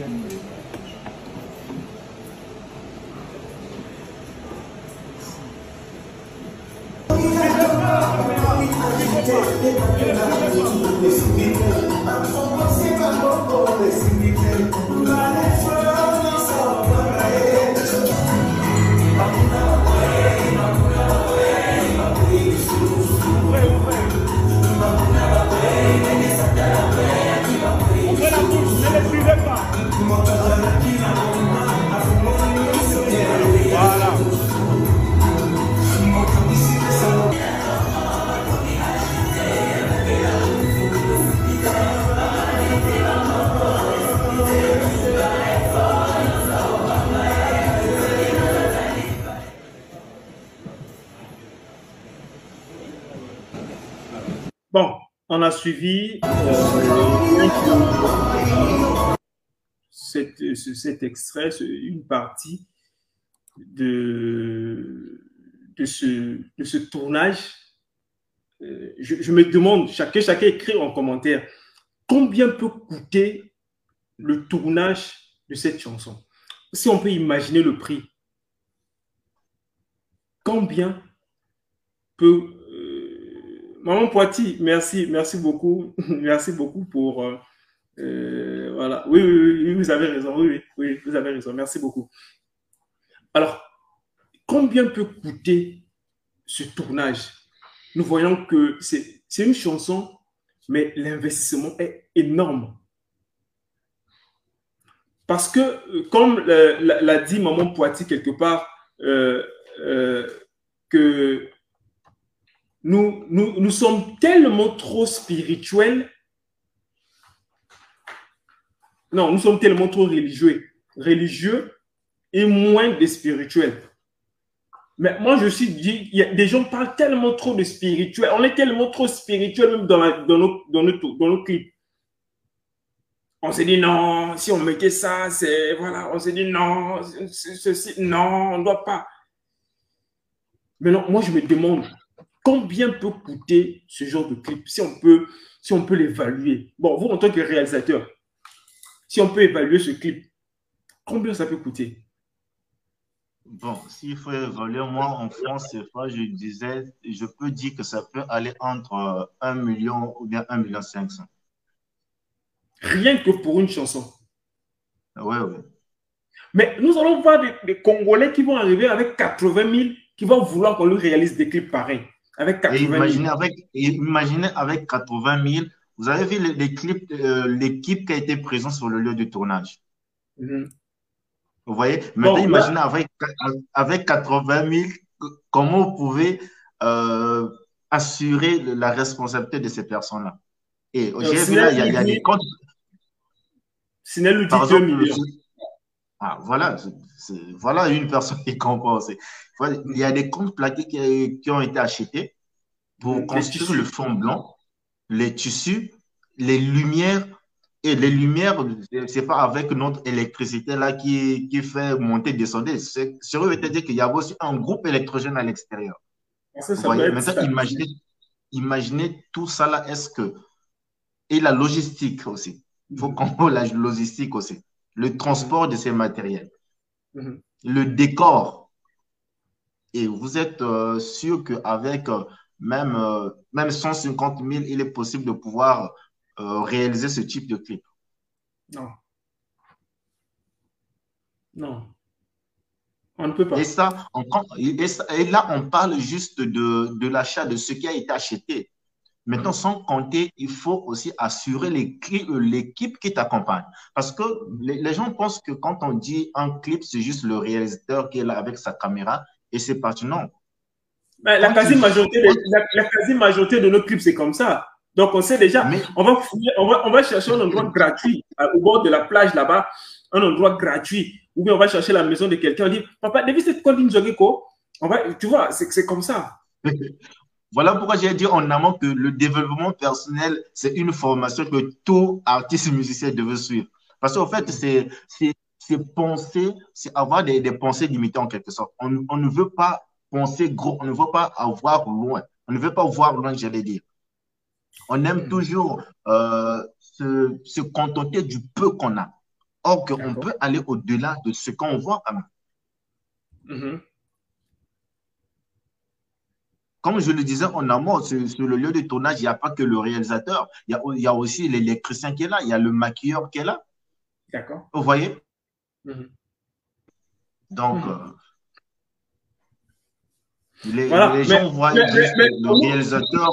Bon, on a suivi cet extrait, une partie de ce tournage. Je me demande, chacun écrit en commentaire, combien peut coûter le tournage de cette chanson? Si on peut imaginer le prix, combien peut... Maman Poiti, merci beaucoup. Merci beaucoup pour... voilà. Oui, vous avez raison. Oui, vous avez raison. Merci beaucoup. Alors, combien peut coûter ce tournage? Nous voyons que c'est une chanson, mais l'investissement est énorme. Parce que, comme l'a dit Maman Poiti quelque part, que nous sommes tellement trop spirituels. Non, nous sommes tellement trop religieux et moins de spirituels. Mais moi, je suis dit, des gens parlent tellement trop de spirituel. On est tellement trop spirituel même dans nos clips. On s'est dit non, si on mettait ça, c'est... Voilà, on s'est dit non, ceci, non, on ne doit pas. Mais non, moi, je me demande, combien peut coûter ce genre de clip, si on peut l'évaluer? Bon, vous, en tant que réalisateur, si on peut évaluer ce clip, combien ça peut coûter? Bon, s'il faut évaluer, moi, en France, je peux dire que ça peut aller entre 1 million ou bien 1,5 million. Rien que pour une chanson. Oui. Mais nous allons voir des Congolais qui vont arriver avec 80 000, qui vont vouloir qu'on leur réalise des clips pareils. Avec 80 000. Imaginez avec 80 000, vous avez vu les clips, l'équipe qui a été présente sur le lieu de tournage. Vous voyez? Maintenant, imaginez avec 80 000, comment vous pouvez assurer la responsabilité de ces personnes-là. Et j'ai vu là, il y a des comptes. Sinel nous dit 2 millions. Voilà une personne qui comprend. Il y a des comptes plaqués qui ont été achetés pour construire le fond blanc, les tissus, les lumières. Et les lumières, ce n'est pas avec notre électricité là qui fait monter, descendre. C'est dire qu'il y a aussi un groupe électrogène à l'extérieur. Vous voyez? Maintenant, imaginez tout ça là. Et la logistique aussi. Il faut qu'on voit la logistique aussi. Le transport de ces matériels. Le décor. Et vous êtes sûr qu'avec même 150 000, il est possible de pouvoir réaliser ce type de clip? Non. On ne peut pas. Et là, on parle juste de l'achat, de ce qui a été acheté. Maintenant, sans compter, il faut aussi assurer l'équipe qui t'accompagne. Parce que les gens pensent que quand on dit un clip, c'est juste le réalisateur qui est là avec sa caméra et c'est parti. Non. Mais la quasi-majorité de nos clips, c'est comme ça. Donc, on sait déjà, on va chercher un endroit gratuit au bord de la plage là-bas, un endroit gratuit, ou bien on va chercher la maison de quelqu'un, on dit, papa, depuis cette cantine Zogeko, tu vois, c'est comme ça. Voilà pourquoi j'ai dit en amont que le développement personnel, c'est une formation que tout artiste musicien devait suivre. Parce qu'en fait, c'est penser, c'est avoir des pensées limitées en quelque sorte. On ne veut pas penser gros, on ne veut pas avoir loin. On ne veut pas voir loin, j'allais dire. On aime toujours se contenter du peu qu'on a. Or, qu'on peut aller au-delà de ce qu'on voit quand même. Comme je le disais en amont, sur le lieu de tournage, il n'y a pas que le réalisateur, il y a aussi l'électricien qui est là, il y a le maquilleur qui est là. D'accord. Vous voyez? Donc, les gens voient juste le réalisateur.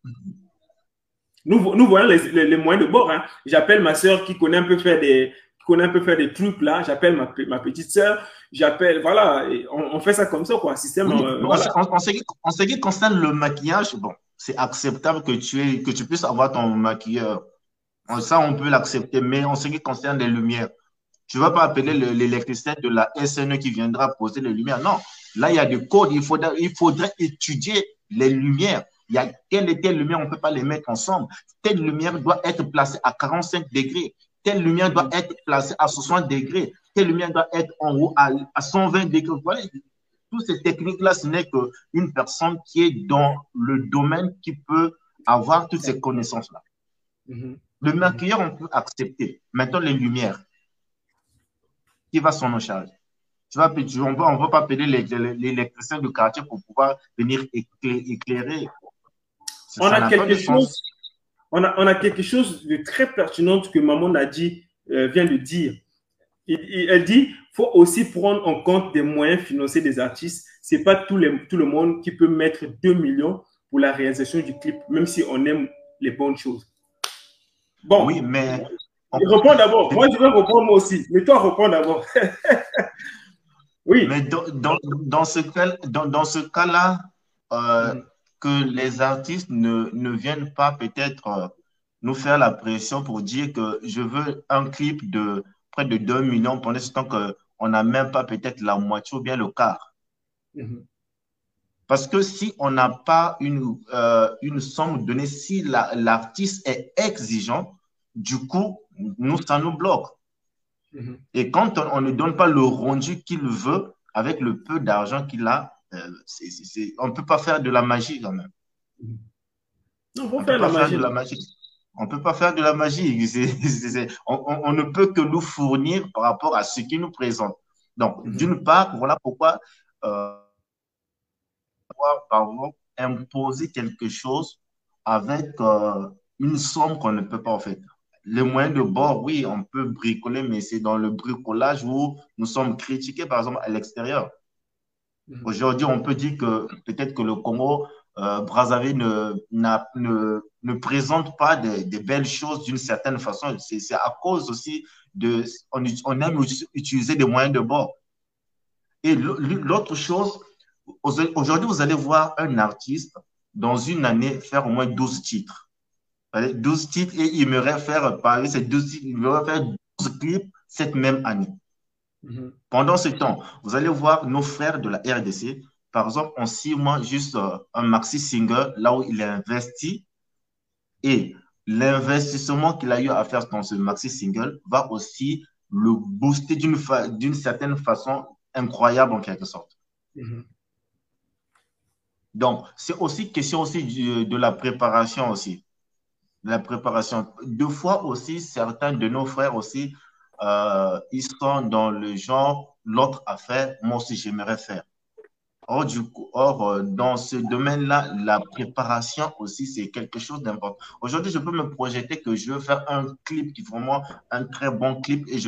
Nous voyons les moyens de bord. Hein. J'appelle ma soeur qui connaît un peu faire des trucs là. J'appelle ma petite soeur. J'appelle, voilà, on fait ça comme ça, quoi. Système. Voilà. En ce qui concerne le maquillage, bon, c'est acceptable que tu puisses avoir ton maquilleur. Ça, on peut l'accepter. Mais en ce qui concerne les lumières, tu ne vas pas appeler l'électricien de la SNE qui viendra poser les lumières. Non. Là, il y a des codes. Il faudrait étudier les lumières. Il y a telle et telle lumière, on ne peut pas les mettre ensemble. Telle lumière doit être placée à 45 degrés. Telle lumière doit être placée à 60 degrés. Telle lumière doit être en haut à 120 degrés. Voilà. Toutes ces techniques-là, ce n'est qu'une personne qui est dans le domaine qui peut avoir toutes ces connaissances-là. Le maquilleur, on peut accepter. Maintenant, les lumières. Qui va s'en charger? On ne va pas payer l'électricien du quartier pour pouvoir venir éclairer. On a quelque chose de très pertinent que Maman Nadi vient de dire. Elle dit qu'il faut aussi prendre en compte des moyens financiers des artistes. Ce n'est pas tout le monde qui peut mettre 2 millions pour la réalisation du clip, même si on aime les bonnes choses. Bon, oui, mais... Reprends d'abord. Moi, je vais reprendre moi aussi. Mais toi, reprends d'abord. Oui. Mais dans ce cas-là, que les artistes ne viennent pas peut-être nous faire la pression pour dire que je veux un clip de près de 2 millions pendant ce temps qu'on n'a même pas peut-être la moitié ou bien le quart. Parce que si on n'a pas une somme donnée, si l'artiste est exigeant, du coup, ça nous bloque. Et quand on ne donne pas le rendu qu'il veut, avec le peu d'argent qu'il a, on ne peut pas faire de la magie quand même. Non, on peut faire de la magie. On ne peut pas faire de la magie. On ne peut que nous fournir par rapport à ce qu'il nous présente. Donc, d'une part, voilà pourquoi imposer quelque chose avec une somme qu'on ne peut pas en fait. Les moyens de bord, oui, on peut bricoler, mais c'est dans le bricolage où nous sommes critiqués, par exemple, à l'extérieur. Aujourd'hui, on peut dire que peut-être que le Congo, Brazzaville ne présente pas des belles choses d'une certaine façon. C'est à cause aussi on aime utiliser des moyens de bord. Et l'autre chose, aujourd'hui, vous allez voir un artiste dans une année faire au moins 12 titres. 12 titres et il aimerait faire, parmi ces 12 titres, il aimerait faire 12 clips cette même année. Pendant ce temps, vous allez voir nos frères de la RDC, par exemple, en 6 mois, juste un maxi single, là où il a investi, et l'investissement qu'il a eu à faire dans ce maxi single va aussi le booster d'une certaine façon incroyable en quelque sorte. Donc, c'est aussi question aussi de la préparation aussi. La préparation. Deux fois aussi, certains de nos frères aussi, ils sont dans le genre, l'autre a fait, moi aussi j'aimerais faire. Or, dans ce domaine-là, la préparation aussi, c'est quelque chose d'important. Aujourd'hui, je peux me projeter que je veux faire un clip qui est vraiment un très bon clip et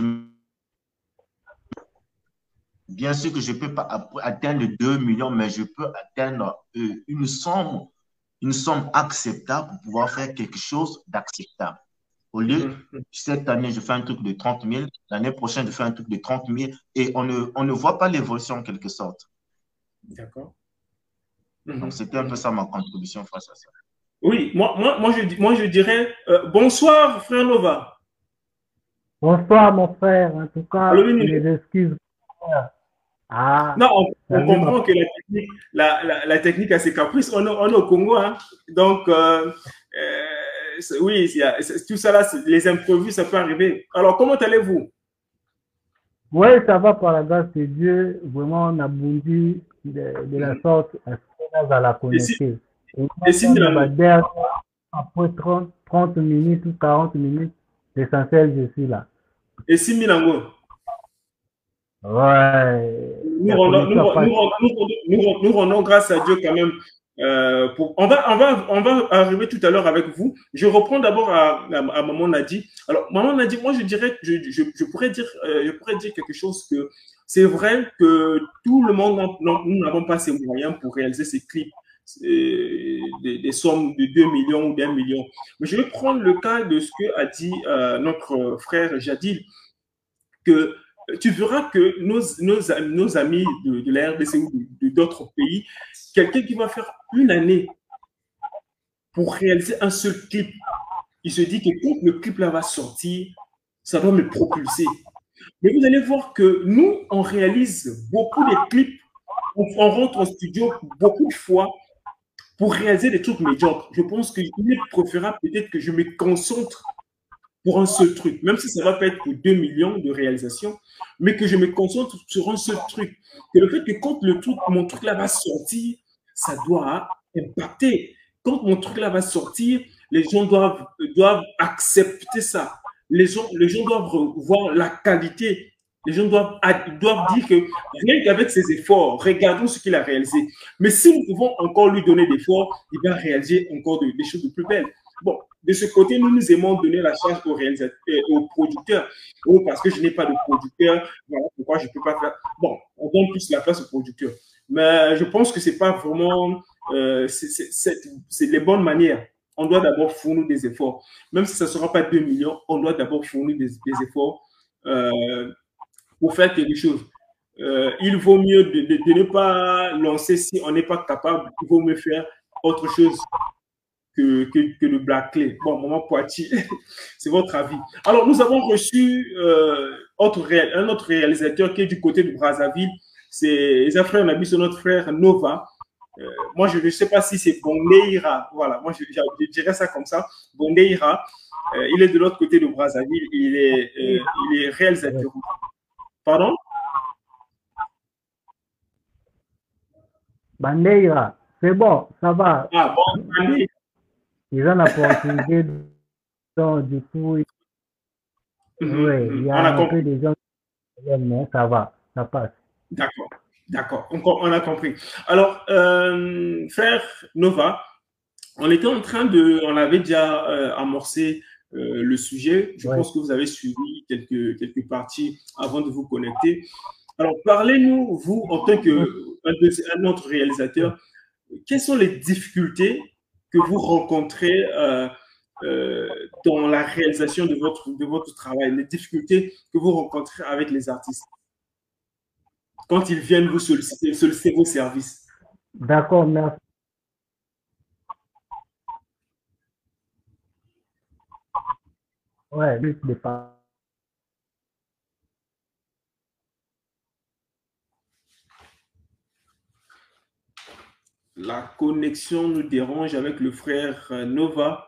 bien sûr que je ne peux pas atteindre 2 millions, mais je peux atteindre une somme acceptable pour pouvoir faire quelque chose d'acceptable. Au lieu, cette année, je fais un truc de 30 000, l'année prochaine, je fais un truc de 30 000 et on ne voit pas l'évolution en quelque sorte. D'accord. Donc, c'était un peu ça ma contribution face à ça. Oui, moi je dirais bonsoir, frère Nova. Bonsoir, mon frère. En tout cas, mes excuses. Non, on comprend que la technique a ses caprices. On est au Congo, hein. Donc, oui, tout ça là, les imprévus, ça peut arriver. Alors, comment allez-vous? Oui, ça va par la grâce de Dieu. Vraiment, on a bondi de la sorte à ce qu'on a à la connecter. Après 30 minutes ou 40 minutes, l'essentiel, je suis là. Et 6 000 en gros. Ouais. Nous rendons grâce à Dieu quand même. On va arriver tout à l'heure avec vous. Je reprends d'abord à Maman Nadi. Alors, Maman Nadi, moi, je dirais, je pourrais dire quelque chose que c'est vrai que tout le monde, nous n'avons pas ces moyens pour réaliser ces clips, des sommes de 2 millions ou d'1 million. Mais je vais prendre le cas de ce que a dit notre frère Jadil, que tu verras que nos amis de la RDC ou d'autres pays, quelqu'un qui va faire une année pour réaliser un seul clip, il se dit que quand le clip là va sortir, ça va me propulser. Mais vous allez voir que nous, on réalise beaucoup de clips, on rentre en studio beaucoup de fois pour réaliser des trucs médiocres. Je pense qu'il est préférable peut-être que je me concentre pour un seul truc, même si ça ne va pas être pour 2 millions de réalisations, mais que je me concentre sur un seul truc. Et le fait que quand mon truc là va sortir, ça doit impacter. Quand mon truc là va sortir, les gens doivent accepter ça. Les gens doivent voir la qualité. Les gens doivent dire que rien qu'avec ses efforts, regardons ce qu'il a réalisé. Mais si nous pouvons encore lui donner des efforts, il va réaliser encore des choses de plus belles. Bon, de ce côté, nous aimons donner la charge aux réalisateurs, aux producteurs. Oh, parce que je n'ai pas de producteur, voilà pourquoi je ne peux pas faire. Bon, on donne plus la place aux producteurs. Mais je pense que ce n'est pas vraiment c'est les bonnes manières. On doit d'abord fournir des efforts. Même si ça ne sera pas 2 millions, on doit d'abord fournir des efforts pour faire quelque chose. Il vaut mieux de ne pas lancer si on n'est pas capable. Il vaut mieux faire autre chose que le Black Clay. Bon, Maman Poitiers, c'est votre avis. Alors, nous avons reçu un autre réalisateur qui est du côté de Brazzaville. C'est notre frère Nova. Moi, je ne sais pas si c'est Bondeira. Voilà, moi, je dirais ça comme ça. Bondeira. Il est de l'autre côté de Brazzaville. Il est réalisateur. Pardon? Bandeira. C'est bon, ça va. Ah, bon, Bandeira. Ils ont l'opportunité, donc du coup, oui, il y a un peu de gens qui viennent, mais ça va, ça passe. D'accord, on a compris. Alors, frère Nova, on avait déjà amorcé le sujet. Je pense que vous avez suivi quelques parties avant de vous connecter. Alors, parlez-nous, vous, en tant qu'un autre réalisateur, quelles sont les difficultés que vous rencontrez dans la réalisation de votre travail, les difficultés que vous rencontrez avec les artistes quand ils viennent vous solliciter vos services? D'accord, merci. Ouais, juste de pas. La connexion nous dérange avec le frère Nova.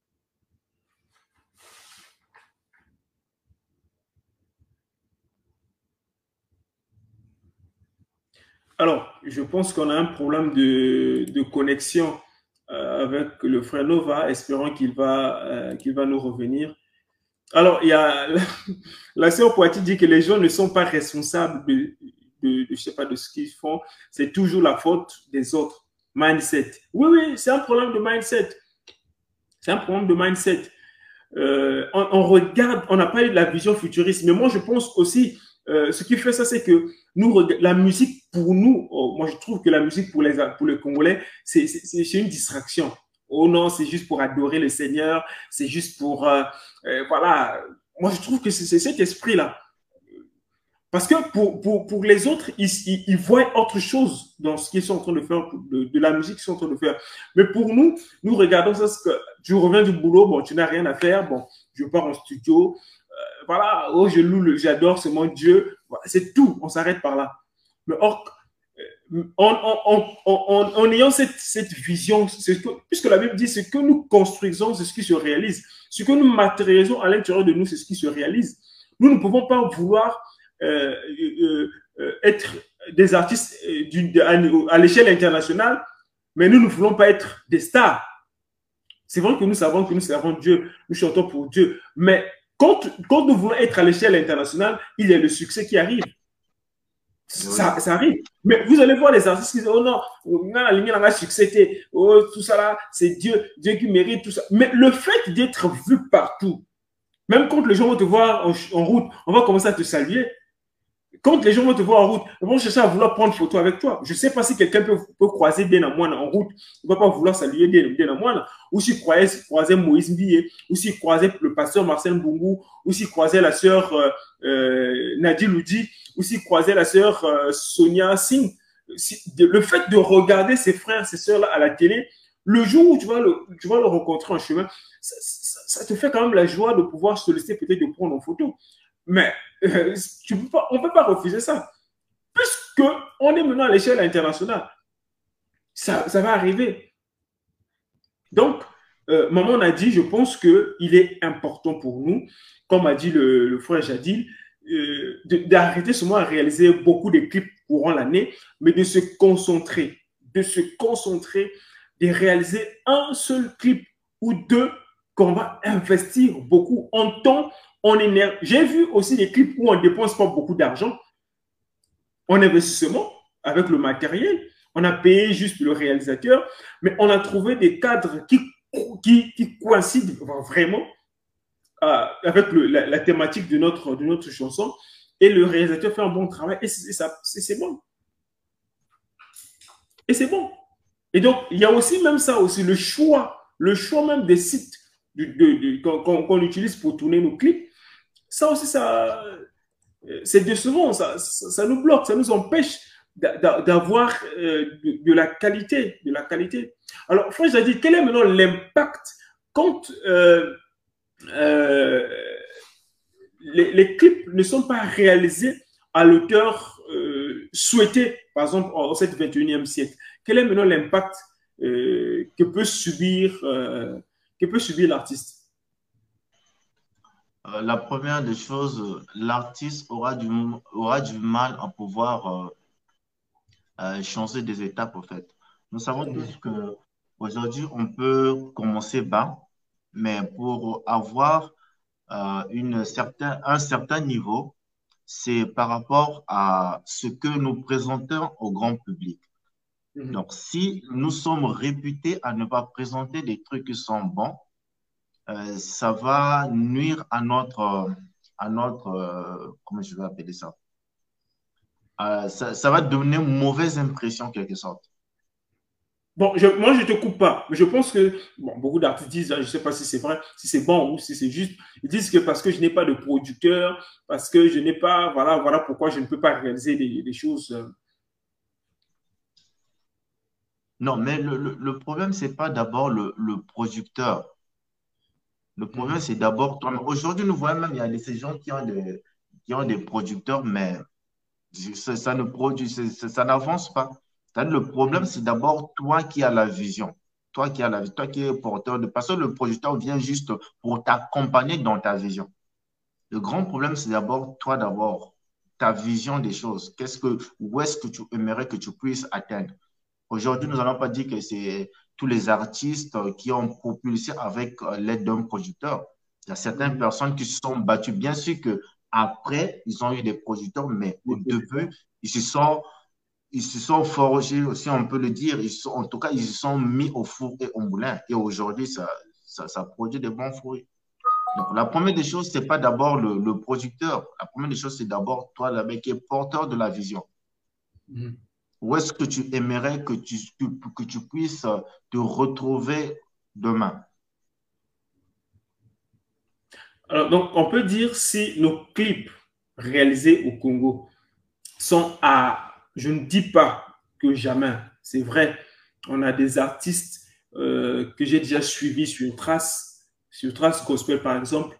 Alors, je pense qu'on a un problème de connexion avec le frère Nova, espérant qu'il va nous revenir. Alors, il y a la sœur Poitiers dit que les gens ne sont pas responsables je sais pas, de ce qu'ils font. C'est toujours la faute des autres. Mindset. Oui, c'est un problème de mindset. C'est un problème de mindset. On regarde, on n'a pas eu de la vision futuriste, mais moi je pense aussi, ce qui fait ça, c'est que la musique pour nous, moi je trouve que la musique pour les Congolais, c'est une distraction. Oh non, c'est juste pour adorer le Seigneur, c'est juste pour, voilà. Moi je trouve que c'est cet esprit-là. Parce que pour les autres, ils voient autre chose dans ce qu'ils sont en train de faire, de la musique qu'ils sont en train de faire. Mais pour nous regardons ça, que tu reviens du boulot, bon, tu n'as rien à faire, bon, je pars en studio, voilà, oh, j'adore, c'est mon Dieu, voilà, c'est tout, on s'arrête par là. Mais or, en ayant cette vision, puisque la Bible dit, ce que nous construisons, c'est ce qui se réalise. Ce que nous matérialisons à l'intérieur de nous, c'est ce qui se réalise. Nous ne pouvons pas vouloir être des artistes à l'échelle internationale, mais nous ne voulons pas être des stars. C'est vrai que nous savons Dieu, nous chantons pour Dieu, mais quand nous voulons être à l'échelle internationale, il y a le succès qui arrive. Ça arrive. Mais vous allez voir les artistes qui disent, oh non, la ligne a succès, oh, tout ça là, c'est Dieu qui mérite tout ça. Mais le fait d'être vu partout, même quand les gens vont te voir en route, on va commencer à te saluer. Quand les gens vont te voir en route, ils vont chercher à vouloir prendre photo avec toi. Je ne sais pas si quelqu'un peut croiser Dena Moine en route, il ne va pas vouloir saluer Dena Moine, ou s'il croisait Moïse Mbiye, ou s'il croisait le pasteur Marcel Mbungu, ou s'il croisait la sœur Nadi Loudi, ou s'il croisait la sœur Sonia Singh. Le fait de regarder ses frères, ses sœurs-là à la télé, le jour où tu vas le rencontrer en chemin, ça te fait quand même la joie de pouvoir se laisser peut-être de prendre en photo. Mais on ne peut pas refuser ça. Puisqu'on est maintenant à l'échelle internationale, ça va arriver. Donc, maman a dit, je pense qu'il est important pour nous, comme a dit le frère Jadil, d'arrêter seulement à réaliser beaucoup de clips courant l'année, mais de se concentrer, de réaliser un seul clip ou deux qu'on va investir beaucoup en temps, en énergie. J'ai vu aussi des clips où on ne dépense pas beaucoup d'argent en investissement avec le matériel. On a payé juste le réalisateur, mais on a trouvé des cadres qui coïncident vraiment avec la thématique de notre chanson. Et le réalisateur fait un bon travail et c'est bon. Et c'est bon. Et donc, il y a aussi même ça aussi, le choix même des sites qu'on utilise pour tourner nos clips. Ça aussi, c'est décevant, ça nous bloque, ça nous empêche d'avoir de la qualité. Alors, Frère, j'ai dit, quel est maintenant l'impact quand les clips ne sont pas réalisés à l'auteur souhaité, par exemple, en ce 21e siècle? Quel est maintenant l'impact que peut subir l'artiste? La première des choses, l'artiste aura du mal à pouvoir changer des étapes, en fait. Nous savons tous qu'aujourd'hui, on peut commencer bas, mais pour avoir un certain niveau, c'est par rapport à ce que nous présentons au grand public. Donc, si nous sommes réputés à ne pas présenter des trucs qui sont bons, ça va nuire à notre comment je vais appeler ça? Ça va donner une mauvaise impression, en quelque sorte. Bon, moi, je ne te coupe pas, mais je pense que beaucoup d'artistes disent, je ne sais pas si c'est vrai, si c'est bon ou si c'est juste, ils disent que parce que je n'ai pas de producteur, parce que je n'ai pas, voilà pourquoi je ne peux pas réaliser des choses. Non, mais le problème, ce n'est pas d'abord le producteur. Le problème, c'est d'abord toi. Aujourd'hui, nous voyons même, il y a ces gens qui ont des producteurs, mais ça ne produit, ça n'avance pas. Le problème, c'est d'abord toi qui as la vision. Toi qui es porteur de. Parce que le producteur vient juste pour t'accompagner dans ta vision. Le grand problème, c'est d'abord toi, ta vision des choses. Où est-ce que tu aimerais que tu puisses atteindre? Aujourd'hui, nous n'allons pas dire que c'est tous les artistes qui ont propulsé avec l'aide d'un producteur. Il y a certaines personnes qui se sont battues. Bien sûr qu'après, ils ont eu des producteurs, mais au début, ils se sont forgés, aussi on peut le dire. En tout cas, ils se sont mis au four et au moulin. Et aujourd'hui, ça produit de bons fruits. Donc, la première des choses, ce n'est pas d'abord le producteur. La première des choses, c'est d'abord toi, le mec qui est porteur de la vision. Où est-ce que tu aimerais que tu puisses te retrouver demain? Alors, donc, on peut dire si nos clips réalisés au Congo sont je ne dis pas que jamais, c'est vrai, on a des artistes que j'ai déjà suivis sur Trace Gospel par exemple,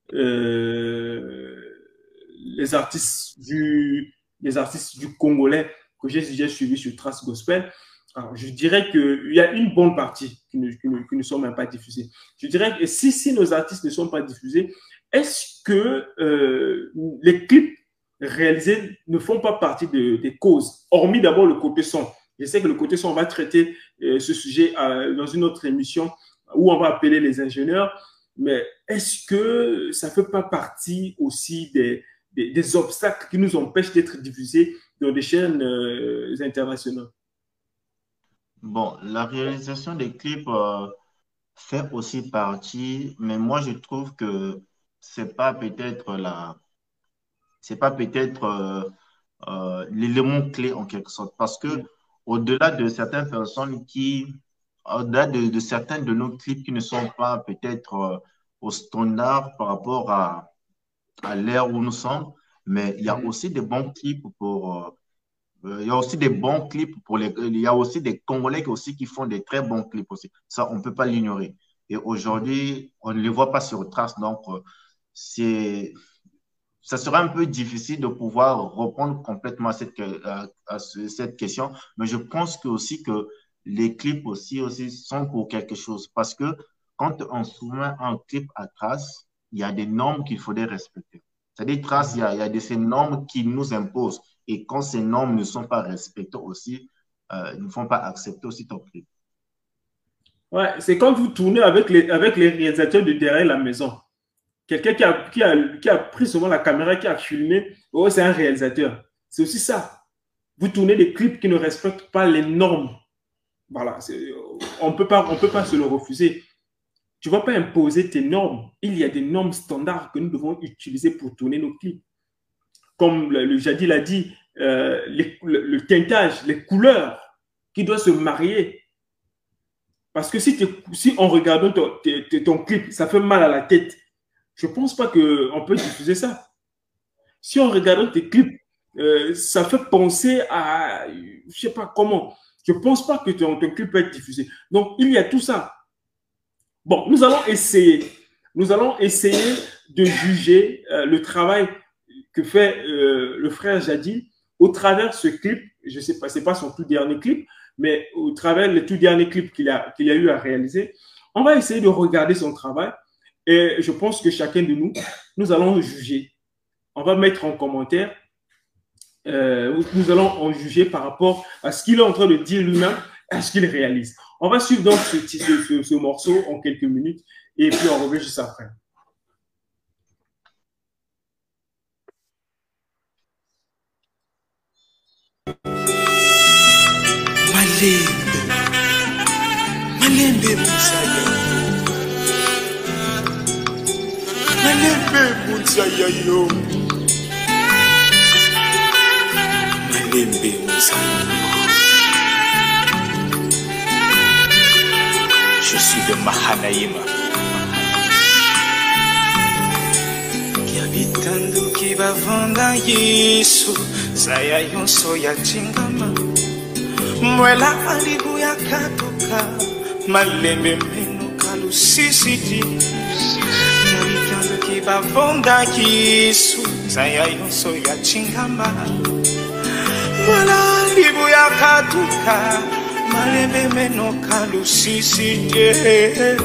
les artistes du Congolais que j'ai déjà suivis sur Trace Gospel. Alors, je dirais qu'il y a une bonne partie qui ne sont même pas diffusées. Je dirais que si nos artistes ne sont pas diffusés, est-ce que les clips réalisés ne font pas partie des causes, hormis d'abord le côté son? Je sais que le côté son, on va traiter ce sujet dans une autre émission où on va appeler les ingénieurs. Mais est-ce que ça ne fait pas partie aussi des obstacles qui nous empêchent d'être diffusés dans des chaînes internationales? Bon, la réalisation des clips fait aussi partie, mais moi je trouve que c'est pas peut-être l'élément clé en quelque sorte, parce que au-delà de certaines personnes au-delà de certains de nos clips qui ne sont pas peut-être au standard par rapport à l'ère où nous sommes, mais il y a aussi des bons clips il y a aussi des bons clips il y a aussi des Congolais aussi qui font des très bons clips aussi. Ça, on ne peut pas l'ignorer. Et aujourd'hui, on ne les voit pas sur trace. Donc, ça sera un peu difficile de pouvoir répondre complètement à cette question. Mais je pense aussi que les clips aussi sont pour quelque chose. Parce que quand on soumet un clip à trace, il y a des normes qu'il faudrait respecter. C'est-à-dire, trace, il y a ces normes qui nous imposent. Et quand ces normes ne sont pas respectées aussi, ils ne font pas accepter aussi ton clip. Ouais, c'est quand vous tournez avec les réalisateurs de derrière la maison. Quelqu'un qui a pris souvent la caméra, qui a filmé, oh, c'est un réalisateur. C'est aussi ça. Vous tournez des clips qui ne respectent pas les normes. Voilà, on peut pas se le refuser. Tu ne vas pas imposer tes normes. Il y a des normes standards que nous devons utiliser pour tourner nos clips. Comme le Jadil a dit, le teintage, les couleurs qui doivent se marier. Parce que si en regardant ton clip, ça fait mal à la tête, je ne pense pas qu'on peut diffuser ça. Si en regardant tes clips, ça fait penser à, je ne sais pas comment, je ne pense pas que ton clip peut être diffusé. Donc, il y a tout ça. Bon, nous allons essayer de juger le travail que fait le frère Jadil au travers de ce clip. Je ne sais pas, ce n'est pas son tout dernier clip, mais au travers le tout dernier clip qu'il a eu à réaliser. On va essayer de regarder son travail et je pense que chacun de nous allons juger. On va mettre en commentaire, nous allons en juger par rapport à ce qu'il est en train de dire lui-même, à ce qu'il réalise. On va suivre donc ce morceau en quelques minutes et puis on revient juste après. Malembe Moussaya. Malembe Moussaya yo. Malembe Moussaya. Je suis de Mahanaïma. Kiabitando kibavonda Yesu. Saya yonso ya chingama. Mwela alibu ya katoka. Malembe meno kalusisiti. Kiabitando kibavonda Yesu. Saya yonso ya chingama. Mwela alibu ya katoka. Malembe meno kalusisiti.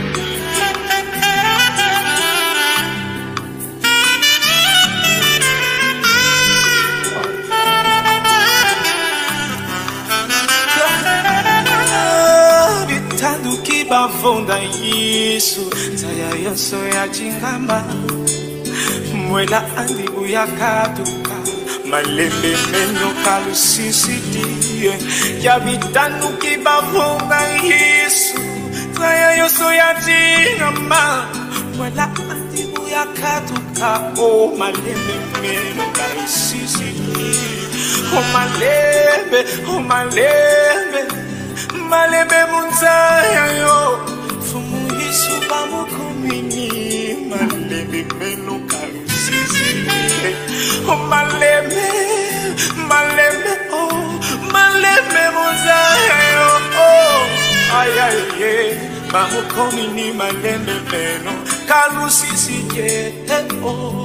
Bavonda Yesu, saya yonso ya chingama. Mwela andibu ya katuka. Malembe meno kalusisiti. Kiabitando kibavonda Yesu, saya yonso ya chingama. Mwela andibu ya katuka. Oh, malembe meno kalusisiti. Oh, malembe, oh, malembe. Malembe Moussaya yo. Fumu Yesu bamukomini. Malembe meno kalusisi. Oh malembe, malembe oh, malembe Moussaya yo. Oh, ay ay ye. Bamukomini malembe meno kalusisi ye. Oh.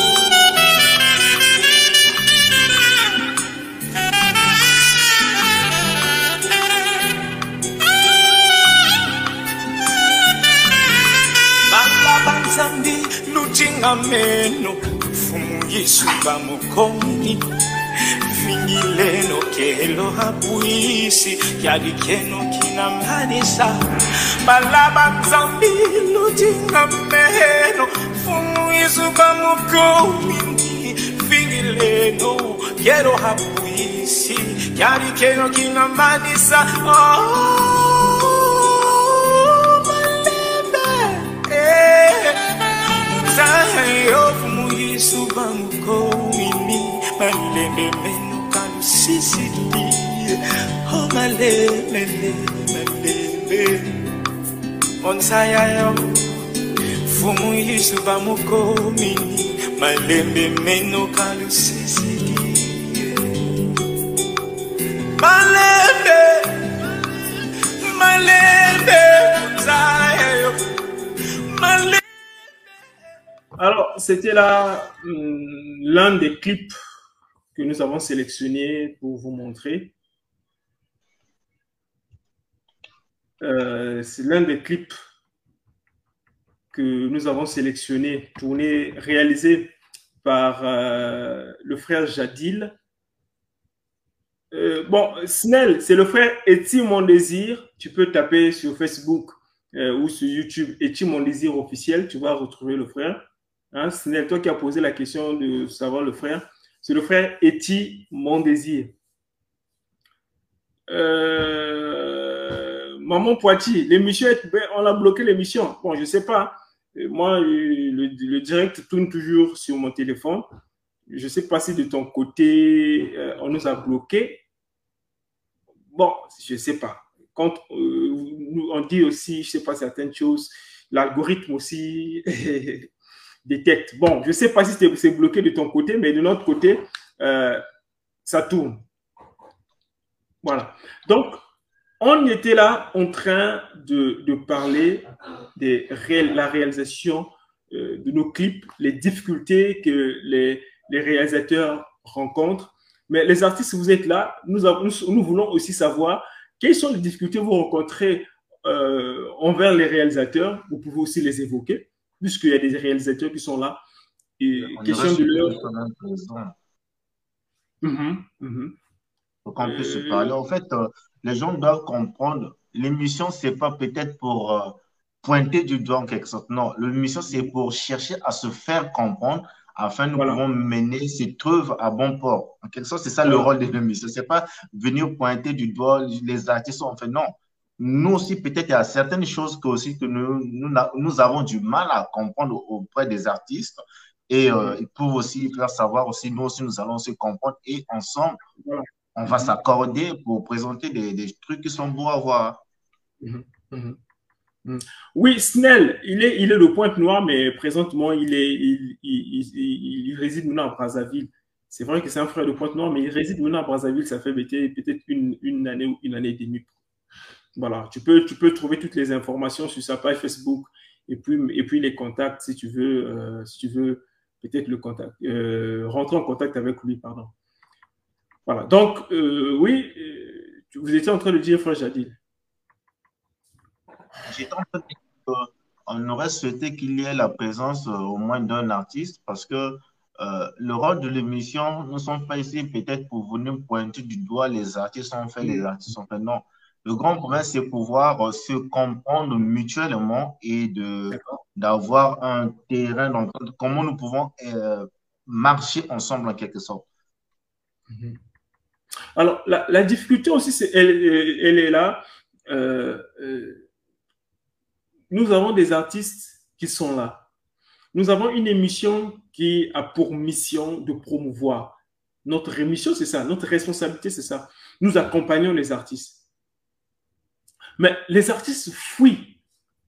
Zambi nutinga meno fumu Yesu bamukomini Fingileno kelo hapuisi Yadi keno kina manisa Balaba zambilo tinga meno Fumu izuba muko mini Fingileno kelo hapuisi Yadi keno kina manisa Zayo fumu izuba muko mini Malembe meno kalu sisili Oh malembe Onsaya yo Fumu yisuba muko mini Malembe meno kalu sisili Malembe Onsaya yo Malembe. Alors, c'était là l'un des clips que nous avons sélectionné pour vous montrer. C'est l'un des clips que nous avons sélectionné, tourné, réalisé par le frère Jadil. Bon, Snell, c'est le frère Eti Mon Désir. Tu peux taper sur Facebook ou sur YouTube Eti Mon Désir officiel. Tu vas retrouver le frère. Hein, Snell, toi qui as posé la question de savoir le frère. C'est le frère Eti Mon Désir. Maman Poitiers, l'émission, on a bloqué l'émission. Bon, je ne sais pas. Moi, le direct tourne toujours sur mon téléphone. Je ne sais pas si de ton côté, on nous a bloqué. Bon, je ne sais pas. Quand on dit aussi, je ne sais pas, certaines choses, l'algorithme aussi détecte. Bon, je ne sais pas si c'est bloqué de ton côté, mais de notre côté, ça tourne. Voilà. Donc, on était là en train de parler de la réalisation de nos clips, les difficultés que les réalisateurs rencontrent. Mais les artistes, vous êtes là, nous voulons aussi savoir quelles sont les difficultés que vous rencontrez envers les réalisateurs. Vous pouvez aussi les évoquer, puisqu'il y a des réalisateurs qui sont là. Et question de leur... Pour qu'on puisse se parler. En fait, les gens doivent comprendre, l'émission, ce n'est pas peut-être pour pointer du doigt en quelque sorte. Non, l'émission, c'est pour chercher à se faire comprendre afin nous pouvons mener cette œuvre à bon port. En quelque sorte, c'est ça le rôle de l'émission. Ce n'est pas venir pointer du doigt les artistes ont fait. Non. Nous aussi, peut-être, il y a certaines choses que nous avons du mal à comprendre auprès des artistes. Et ils peuvent aussi faire savoir aussi, nous aussi, nous allons se comprendre et ensemble, on va s'accorder pour présenter des trucs qui sont beaux à voir. Oui, Snell, il est de Pointe-Noire, mais présentement, il réside maintenant à Brazzaville. C'est vrai que c'est un frère de Pointe-Noire, mais il réside maintenant à Brazzaville. Ça fait peut-être une année ou une année et demie. Voilà, tu peux trouver toutes les informations sur sa page Facebook et puis les contacts si tu veux peut-être le contact, rentrer en contact avec lui, pardon. Voilà, donc, oui, vous étiez en train de dire, frère Jadil. J'étais en train de dire qu'on aurait souhaité qu'il y ait la présence au moins d'un artiste parce que le rôle de l'émission, nous ne sommes pas ici peut-être pour venir pointer du doigt les artistes ont fait, les artistes ont fait. Non. Le grand problème, c'est pouvoir se comprendre mutuellement et d'avoir un terrain d'entente. Comment nous pouvons marcher ensemble en quelque sorte. Alors, la difficulté aussi, elle est là. Nous avons des artistes qui sont là. Nous avons une émission qui a pour mission de promouvoir. Notre émission, c'est ça. Notre responsabilité, c'est ça. Nous accompagnons les artistes. Mais les artistes fuient.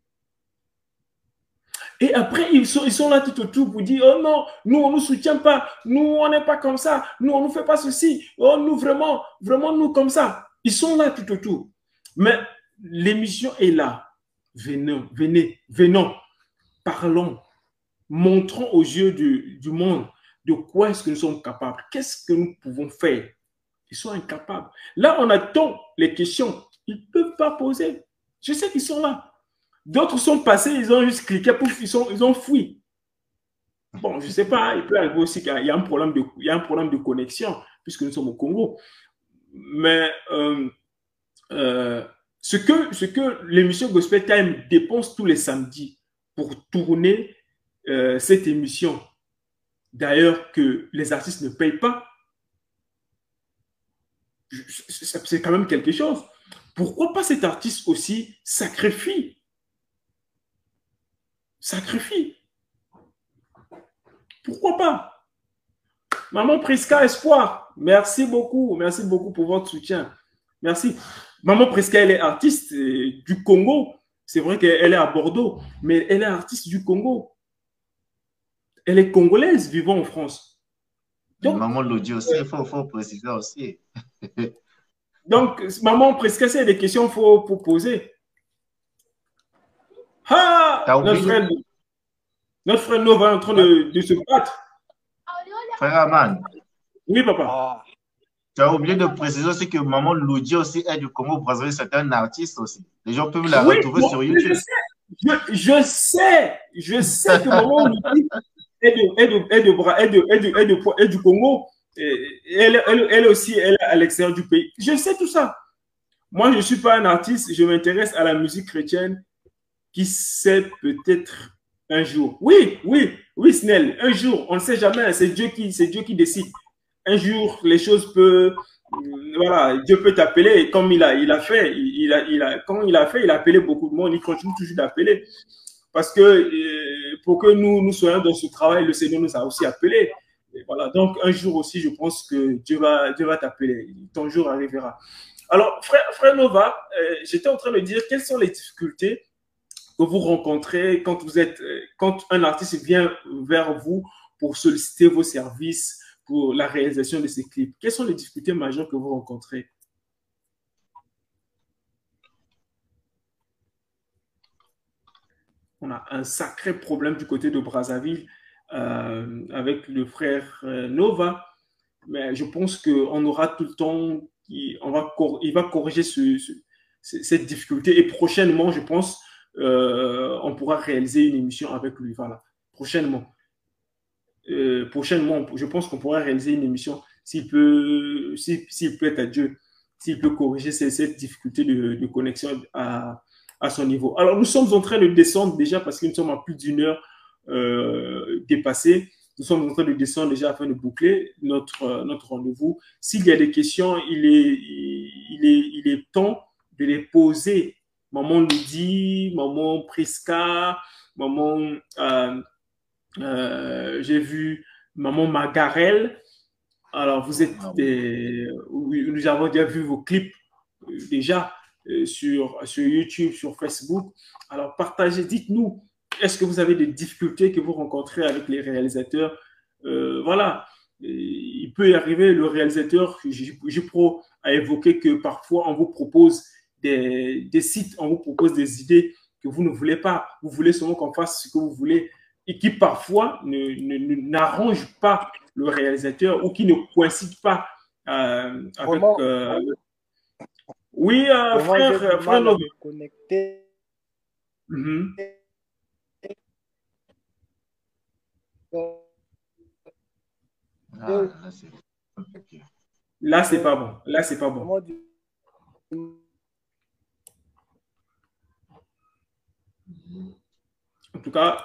Et après, ils sont là tout autour pour dire « Oh non, nous, on ne nous soutient pas. Nous, on n'est pas comme ça. Nous, on ne fait pas ceci. Oh, nous, vraiment, nous, comme ça. » Ils sont là tout autour. Mais l'émission est là. Venons. Parlons. Montrons aux yeux du monde de quoi est-ce que nous sommes capables. Qu'est-ce que nous pouvons faire? Ils sont incapables. Là, on attend les questions. Ils ne peuvent pas poser. Je sais qu'ils sont là. D'autres sont passés, ils ont juste cliqué, pouf, ils ont fui. Bon, je ne sais pas, il peut arriver aussi qu'il y a un problème de connexion. puisque nous sommes au Congo. Mais ce que l'émission Gospel Time dépense tous les samedis pour tourner cette émission, d'ailleurs que les artistes ne payent pas, c'est quand même quelque chose. Pourquoi pas cet artiste aussi sacrifie? Pourquoi pas? Maman Prisca Espoir, merci beaucoup pour votre soutien. Merci. Maman Prisca, elle est artiste du Congo. C'est vrai qu'elle est à Bordeaux, mais elle est artiste du Congo. Elle est congolaise vivant en France. Donc, Maman Lodi aussi, il faut préciser aussi. Donc, Maman Prisca, c'est des questions qu'il faut poser. Ah, notre frère Nova est en train de se battre. Frère Aman. Oui, papa. Tu as oublié de préciser aussi que Maman Lodi aussi est du Congo-Brazzaville, c'est un artiste aussi. Les gens peuvent la retrouver sur YouTube. Je sais que Maman Lodi est du Congo. Elle aussi, elle est à l'extérieur du pays. Je sais tout ça. Moi, je ne suis pas un artiste, je m'intéresse à la musique chrétienne. Qui sait peut-être un jour. Oui, Snell, un jour, on ne sait jamais, c'est Dieu qui décide. Un jour, les choses peuvent, voilà, Dieu peut t'appeler, comme il a fait, quand il a fait, il a appelé beaucoup de monde, il continue toujours d'appeler. Parce que pour que nous soyons dans ce travail, le Seigneur nous a aussi appelés. Et voilà, donc un jour aussi, je pense que Dieu va t'appeler, ton jour arrivera. Alors, frère Nova, j'étais en train de dire quelles sont les difficultés que vous rencontrez quand un artiste vient vers vous pour solliciter vos services pour la réalisation de ces clips. Quelles sont les difficultés majeures que vous rencontrez? On a un sacré problème du côté de Brazzaville avec le frère Nova, mais je pense qu'on aura tout le temps, il va corriger cette difficulté et prochainement, je pense, on pourra réaliser une émission avec lui. Voilà, prochainement, je pense qu'on pourra réaliser une émission s'il peut être à Dieu, s'il peut corriger cette difficulté de connexion à son niveau. Alors, nous sommes en train de descendre déjà parce que nous sommes à plus d'1 heure dépassée. Nous sommes en train de descendre déjà afin de boucler notre rendez-vous. S'il y a des questions, il est temps de les poser. Maman Ludi, Maman Prisca, Maman, j'ai vu Maman Magarel. Alors, vous êtes nous avons déjà vu vos clips déjà sur YouTube, sur Facebook. Alors, partagez, dites-nous, est-ce que vous avez des difficultés que vous rencontrez avec les réalisateurs? Voilà, il peut y arriver, le réalisateur, J-Pro a évoqué que parfois on vous propose des sites, on vous propose des idées que vous ne voulez pas. Vous voulez seulement qu'on fasse ce que vous voulez et qui parfois n'arrangent pas le réalisateur ou qui ne coïncident pas avec... Oui, frère Nova. Connecté. Là, c'est pas bon. Là, c'est pas bon. En tout cas,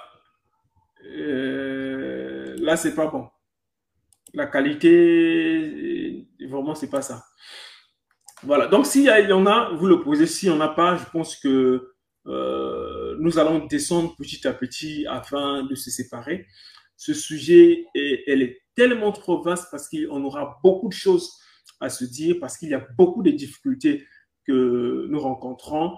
là, c'est pas bon. La qualité, vraiment, c'est pas ça. Voilà. Donc, s'il y en a, vous le posez. S'il n'y en a pas, je pense que nous allons descendre petit à petit afin de se séparer. Ce sujet, elle est tellement trop vaste parce qu'on aura beaucoup de choses à se dire, parce qu'il y a beaucoup de difficultés que nous rencontrons.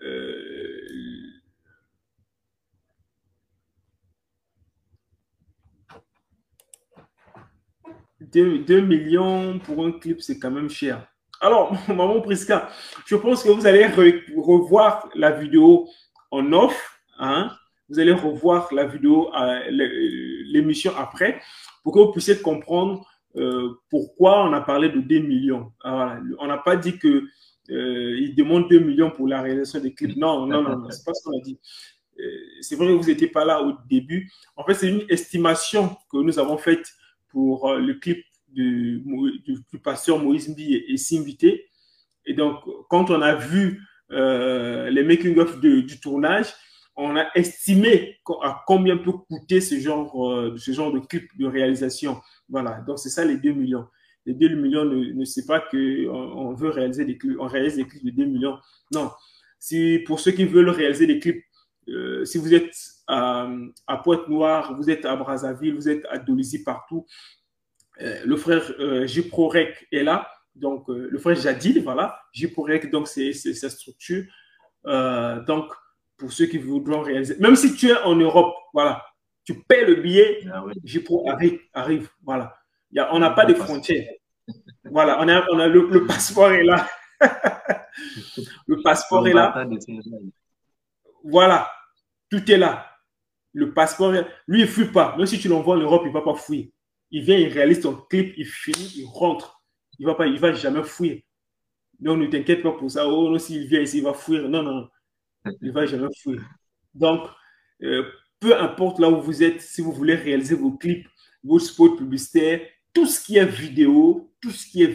2 millions pour un clip, c'est quand même cher. Alors, Maman Prisca, je pense que vous allez revoir la vidéo en off. Hein? Vous allez revoir la vidéo, l'émission après, pour que vous puissiez comprendre pourquoi on a parlé de 2 millions. Alors, voilà. On n'a pas dit qu'il demande 2 millions pour la réalisation des clips. Non, c'est pas ce qu'on a dit. C'est vrai que vous n'étiez pas là au début. En fait, c'est une estimation que nous avons faite pour le clip du pasteur Moïse Mbi et Simbité. Et donc, quand on a vu les making-of du tournage, on a estimé à combien peut coûter ce genre de clip de réalisation. Voilà, donc c'est ça les 2 millions. Les 2 millions ne c'est pas qu'on veut réaliser des clips, on réalise des clips de 2 millions. Non, si pour ceux qui veulent réaliser des clips, si vous êtes à Pointe-Noire, vous êtes à Brazzaville, vous êtes à Dolisie, partout, le frère Jiprorek est là. Donc, le frère Jadil, voilà, Jiprorek, donc c'est sa structure. Donc, pour ceux qui voudront réaliser, même si tu es en Europe, voilà, tu paies le billet, Jipro arrive, voilà. On n'a pas de frontières. Voilà, on a le passeport est là. Le passeport est là. Voilà, tout est là. Le passeport, lui, il ne fuit pas. Même si tu l'envoies en Europe, il ne va pas fuir. Il vient, il réalise ton clip, il finit, il rentre. Il ne va jamais fuir. Donc, ne t'inquiète pas pour ça. Oh, non, s'il vient ici, il va fuir. Non, non, il ne va jamais fuir. Donc, peu importe là où vous êtes, si vous voulez réaliser vos clips, vos spots publicitaires, tout ce qui est vidéo, tout ce qui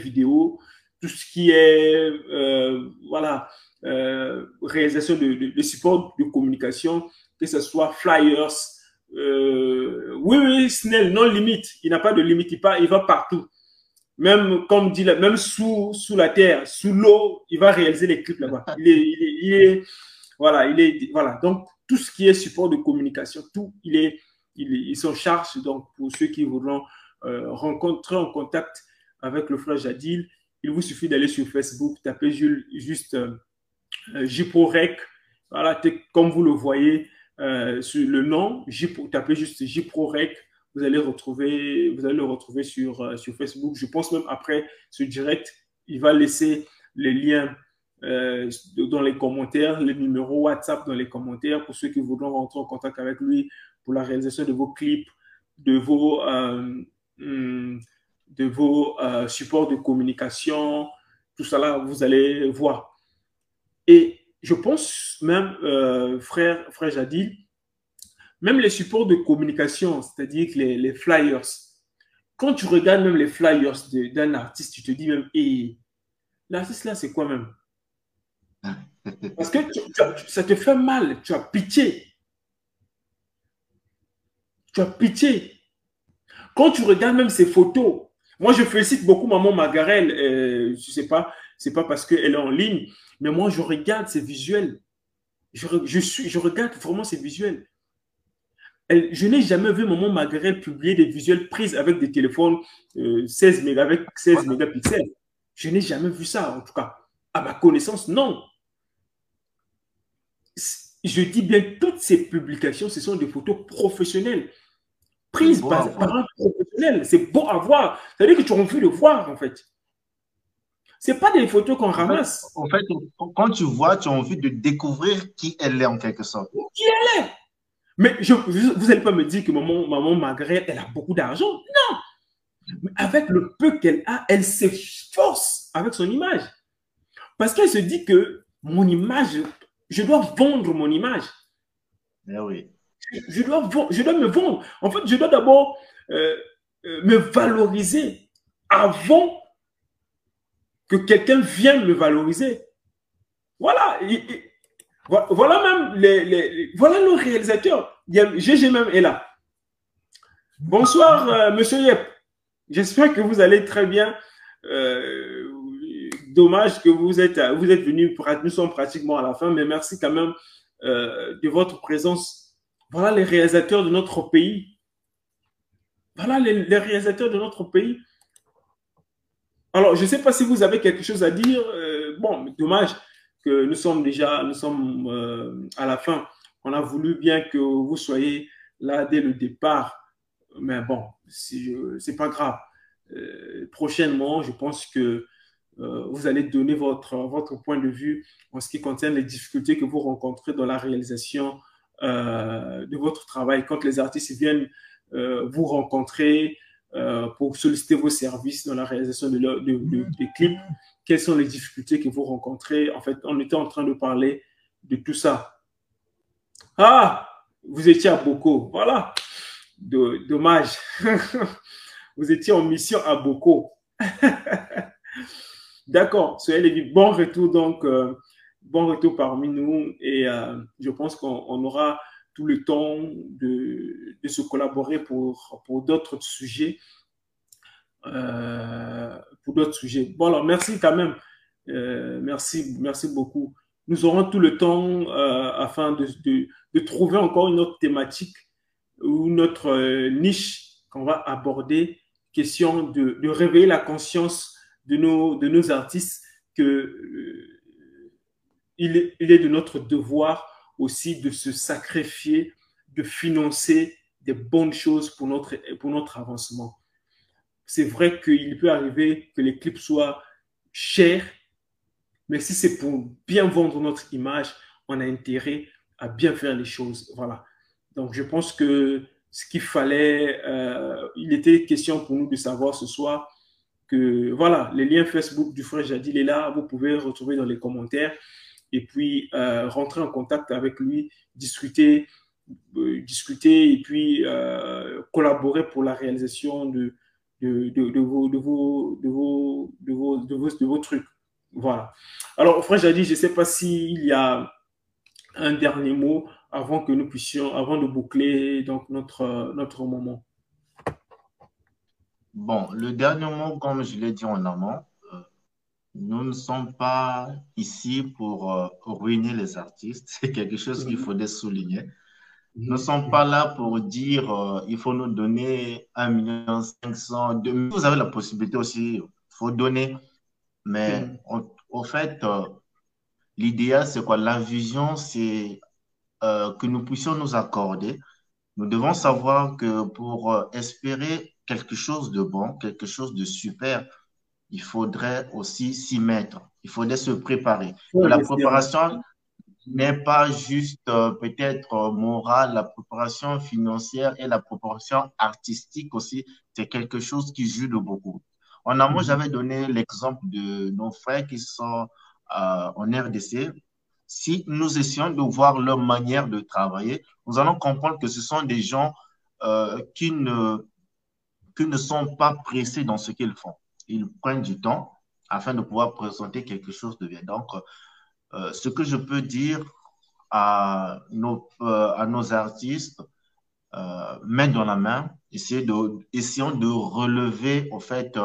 est voilà, réalisation de support de communication, que ce soit flyers, oui, Snell, non limite, il n'a pas de limite, il va partout. Même, comme dit, même sous la terre, sous l'eau, il va réaliser les clips là-bas. Voilà. Donc, tout ce qui est support de communication, tout, il s'en charge. Donc, pour ceux qui voudront rencontrer en contact avec le frère Jadil, il vous suffit d'aller sur Facebook, taper juste Jiprorek. Voilà, comme vous le voyez sur le nom, tapez juste Jiprorek. Vous allez le retrouver sur Facebook. Je pense même après ce direct, il va laisser les liens dans les commentaires, les numéros WhatsApp dans les commentaires pour ceux qui voudront rentrer en contact avec lui pour la réalisation de vos clips, de vos supports de communication, tout ça là, vous allez voir. Et je pense même, frère Jadil, même les supports de communication, c'est-à-dire que les flyers, quand tu regardes même les flyers d'un artiste, tu te dis même, l'artiste là, c'est quoi même? Parce que ça te fait mal, tu as pitié. Tu as pitié. Quand tu regardes même ces photos, moi je félicite beaucoup maman Margarelle, je sais pas, c'est pas parce qu'elle est en ligne, mais moi je regarde ces visuels. Je regarde vraiment ces visuels. Je n'ai jamais vu maman Margarelle publier des visuels prises avec des téléphones 16 mégapixels. Je n'ai jamais vu ça, en tout cas. À ma connaissance, non. Je dis bien, toutes ces publications, ce sont des photos professionnelles, prises par un professionnel. C'est beau à voir. C'est-à-dire que tu as envie de voir, en fait. Ce n'est pas des photos qu'on ramasse. En fait, quand tu vois, tu as envie de découvrir qui elle est, en quelque sorte. Qui elle est? Mais vous n'allez pas me dire que maman Margaret, elle a beaucoup d'argent. Non. Mais avec le peu qu'elle a, elle s'efforce avec son image. Parce qu'elle se dit que mon image, je dois vendre mon image. Eh oui. Je dois me vendre. En fait, je dois d'abord me valoriser avant que quelqu'un vienne me valoriser. Voilà. Voilà même voilà nos réalisateurs. GG même est là. Bonsoir, monsieur Yep. J'espère que vous allez très bien. Dommage que vous êtes venus. Nous sommes pratiquement à la fin, mais merci quand même de votre présence. Voilà les réalisateurs de notre pays. Voilà les réalisateurs de notre pays. Alors, je ne sais pas si vous avez quelque chose à dire. Bon, dommage que nous sommes à la fin. On a voulu bien que vous soyez là dès le départ. Mais bon, c'est pas grave. Prochainement, je pense que vous allez donner votre point de vue en ce qui concerne les difficultés que vous rencontrez dans la réalisation de votre travail. Quand les artistes viennent vous rencontrer pour solliciter vos services dans la réalisation des clips, quelles sont les difficultés que vous rencontrez? En fait, on était en train de parler de tout ça. Ah, vous étiez à Boko. Voilà. Dommage. Vous étiez en mission à Boko. D'accord, soyez les bienvenus. Bon retour donc, bon retour parmi nous et je pense qu'on aura tout le temps de se collaborer pour d'autres sujets. Bon alors merci quand même, merci beaucoup. Nous aurons tout le temps afin de trouver encore une autre thématique ou une autre niche qu'on va aborder, question de réveiller la conscience de nos artistes que il est de notre devoir aussi de se sacrifier, de financer des bonnes choses pour notre avancement. C'est vrai qu'il peut arriver que les clips soient chers, mais si c'est pour bien vendre notre image, on a intérêt à bien faire les choses. Voilà. Donc, je pense que ce qu'il fallait, il était question pour nous de savoir ce soir que, voilà, les liens Facebook du frère Jadil est là, vous pouvez retrouver dans les commentaires et puis rentrer en contact avec lui, discuter et puis collaborer pour la réalisation de vos trucs. Voilà. Alors, frère Jadi, je ne sais pas s'il y a un dernier mot avant que nous puissions, avant de boucler donc notre moment. Bon, le dernier mot, comme je l'ai dit en amont, nous ne sommes pas ici pour ruiner les artistes. C'est quelque chose qu'il faudrait souligner. Nous ne sommes pas là pour dire il faut nous donner 1,5 million. Vous avez la possibilité aussi, il faut donner. Mais au fait, l'idéal, c'est quoi? La vision, c'est que nous puissions nous accorder. Nous devons savoir que pour espérer quelque chose de bon, quelque chose de super, il faudrait aussi s'y mettre. Il faudrait se préparer. Et la préparation n'est pas juste peut-être morale, la préparation financière et la préparation artistique aussi, c'est quelque chose qui joue de beaucoup. En amont, j'avais donné l'exemple de nos frères qui sont en RDC. Si nous essayons de voir leur manière de travailler, nous allons comprendre que ce sont des gens qui ne sont pas pressés dans ce qu'ils font. Ils prennent du temps afin de pouvoir présenter quelque chose de bien. Donc, ce que je peux dire à nos artistes, main dans la main, essayons de relever en fait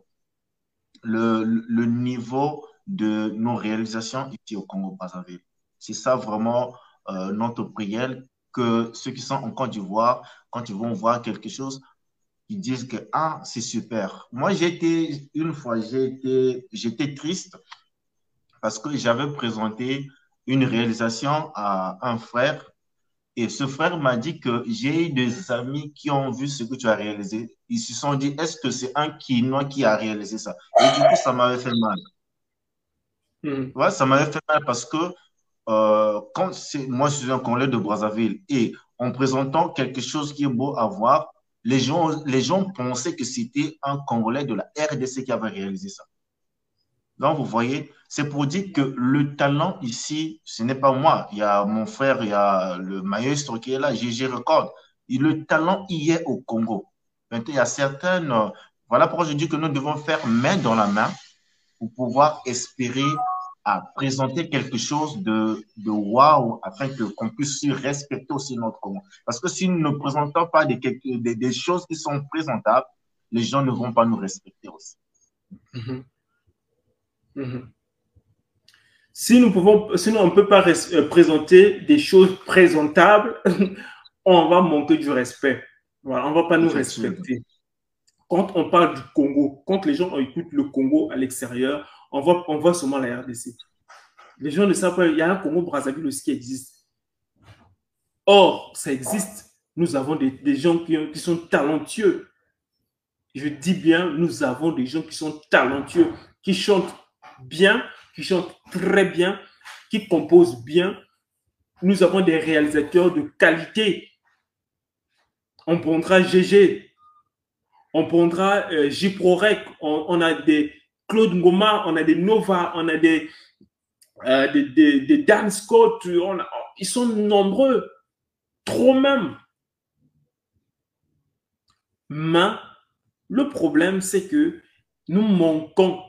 le niveau de nos réalisations ici au Congo-Brazzaville. C'est ça vraiment notre prière, que ceux qui sont en Côte d'Ivoire, quand ils vont voir quelque chose, ils disent que ah, c'est super. Moi, une fois, j'étais triste parce que j'avais présenté une réalisation à un frère et ce frère m'a dit que j'ai eu des amis qui ont vu ce que tu as réalisé. Ils se sont dit, est-ce que c'est un Quinois qui a réalisé ça? Et du coup, ça m'avait fait mal. Ouais, ça m'avait fait mal parce que moi, je suis un Congolais de Brazzaville et en présentant quelque chose qui est beau à voir, les gens pensaient que c'était un Congolais de la RDC qui avait réalisé ça. Donc, vous voyez, c'est pour dire que le talent ici, ce n'est pas moi. Il y a mon frère, il y a le maestro qui est là, Gégé Record. Et le talent y est au Congo. Maintenant, il y a certaines... voilà pourquoi je dis que nous devons faire main dans la main pour pouvoir espérer à présenter quelque chose de waouh afin qu'on puisse respecter aussi notre Congo. Parce que si nous ne présentons pas des choses qui sont présentables, les gens ne vont pas nous respecter aussi. Si nous on ne peut pas présenter des choses présentables, on va manquer du respect. Voilà, on ne va pas nous respecter. Quand on parle du Congo, quand les gens écoutent le Congo à l'extérieur, on voit seulement la RDC. Les gens ne savent pas, il y a un Congo-Brazzaville aussi qui existe. Or, ça existe. Nous avons des gens qui sont talentueux. Je dis bien, nous avons des gens qui sont talentueux, qui chantent bien, qui chantent très bien, qui composent bien. Nous avons des réalisateurs de qualité. On prendra GG, on prendra J-Prorec, on a des Claude Ngoma, on a des Nova, on a des Dan Scott, ils sont nombreux, trop même. Mais Le problème, c'est que nous manquons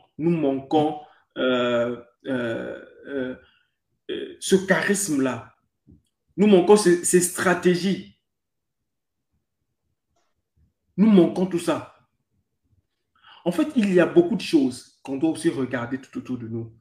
ce charisme-là. Nous manquons ces stratégies. Nous manquons tout ça. En fait, il y a beaucoup de choses qu'on doit aussi regarder tout autour de nous.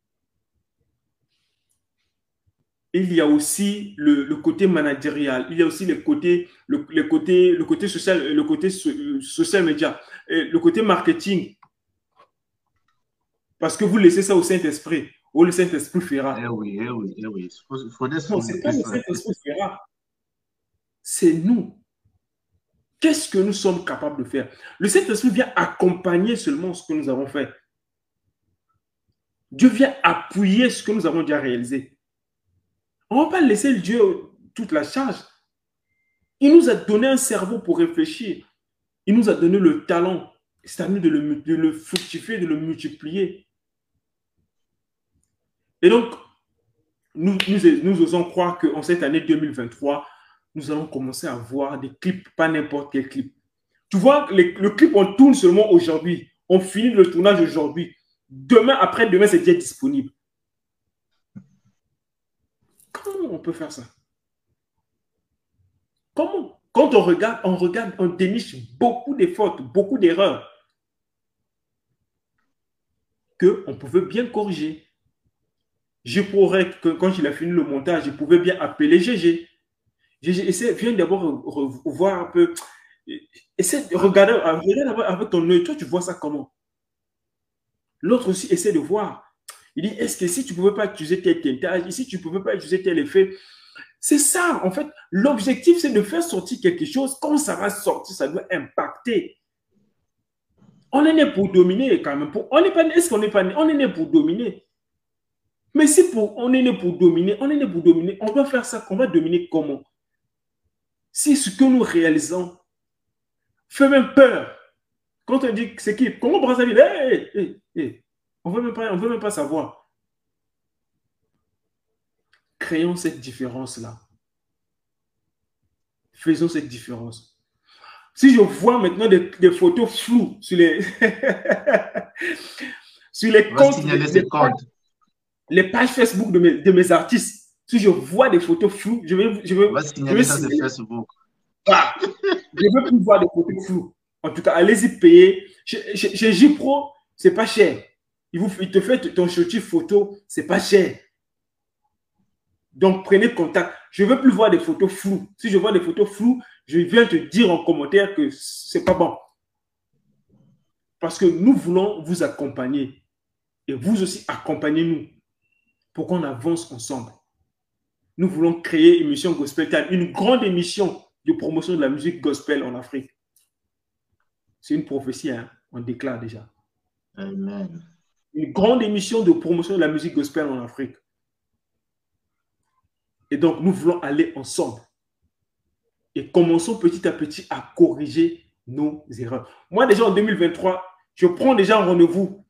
Il y a aussi le côté managérial, il y a aussi le côté social, le côté social média, le côté marketing. Parce que vous laissez ça au Saint-Esprit. Ou le Saint-Esprit fera. Eh oui, eh oui, eh oui. Non, ce n'est pas le Saint-Esprit fera. C'est nous. Qu'est-ce que nous sommes capables de faire? Le Saint-Esprit vient accompagner seulement ce que nous avons fait. Dieu vient appuyer ce que nous avons déjà réalisé. On ne va pas laisser Dieu toute la charge. Il nous a donné un cerveau pour réfléchir. Il nous a donné le talent. C'est à nous de le fructifier, de le multiplier. Et donc, nous osons croire qu'en cette année 2023, nous allons commencer à voir des clips, pas n'importe quel clip. Tu vois, le clip, on tourne seulement aujourd'hui. On finit le tournage aujourd'hui. Demain, après-demain, c'est déjà disponible. Comment on peut faire ça? Comment? Quand on regarde, on déniche beaucoup de fautes, beaucoup d'erreurs qu'on pouvait bien corriger. Je pourrais, quand il a fini le montage, je pouvais bien appeler GG. GG, viens d'abord voir un peu. Essaie de regarder avec ton œil. Toi, tu vois ça comment? L'autre aussi essaie de voir. Il dit, est-ce que si tu ne pouvais pas utiliser tel tintage, ici tu ne pouvais pas utiliser tel effet? C'est ça, en fait. L'objectif, c'est de faire sortir quelque chose. Quand ça va sortir, ça doit impacter. On est né pour dominer quand même. Est-ce qu'on n'est pas né? On est né pour dominer. Mais si on est né pour dominer, on va faire ça, on va dominer comment? Si ce que nous réalisons fait même peur. Quand on dit que c'est qui? Comment Brazzaville? On ne veut même pas savoir. Créons cette différence-là. Faisons cette différence. Si je vois maintenant des photos floues sur les sur les comptes, les pages Facebook de mes artistes, si je vois des photos floues, je vais signaler ça sur Facebook. Ah, je ne veux plus voir des photos floues. En tout cas, allez-y payer. Chez J-Pro, ce n'est pas cher. Il te fait ton shooting photo, ce n'est pas cher. Donc, prenez contact. Je ne veux plus voir des photos floues. Si je vois des photos floues, je viens te dire en commentaire que ce n'est pas bon. Parce que nous voulons vous accompagner. Et vous aussi, accompagnez-nous pour qu'on avance ensemble. Nous voulons créer Émission Gospel Time, une grande émission de promotion de la musique gospel en Afrique. C'est une prophétie, hein? On déclare déjà. Amen. Une grande émission de promotion de la musique gospel en Afrique. Et donc, nous voulons aller ensemble. Et commençons petit à petit à corriger nos erreurs. Moi, déjà en 2023, je prends déjà un rendez-vous.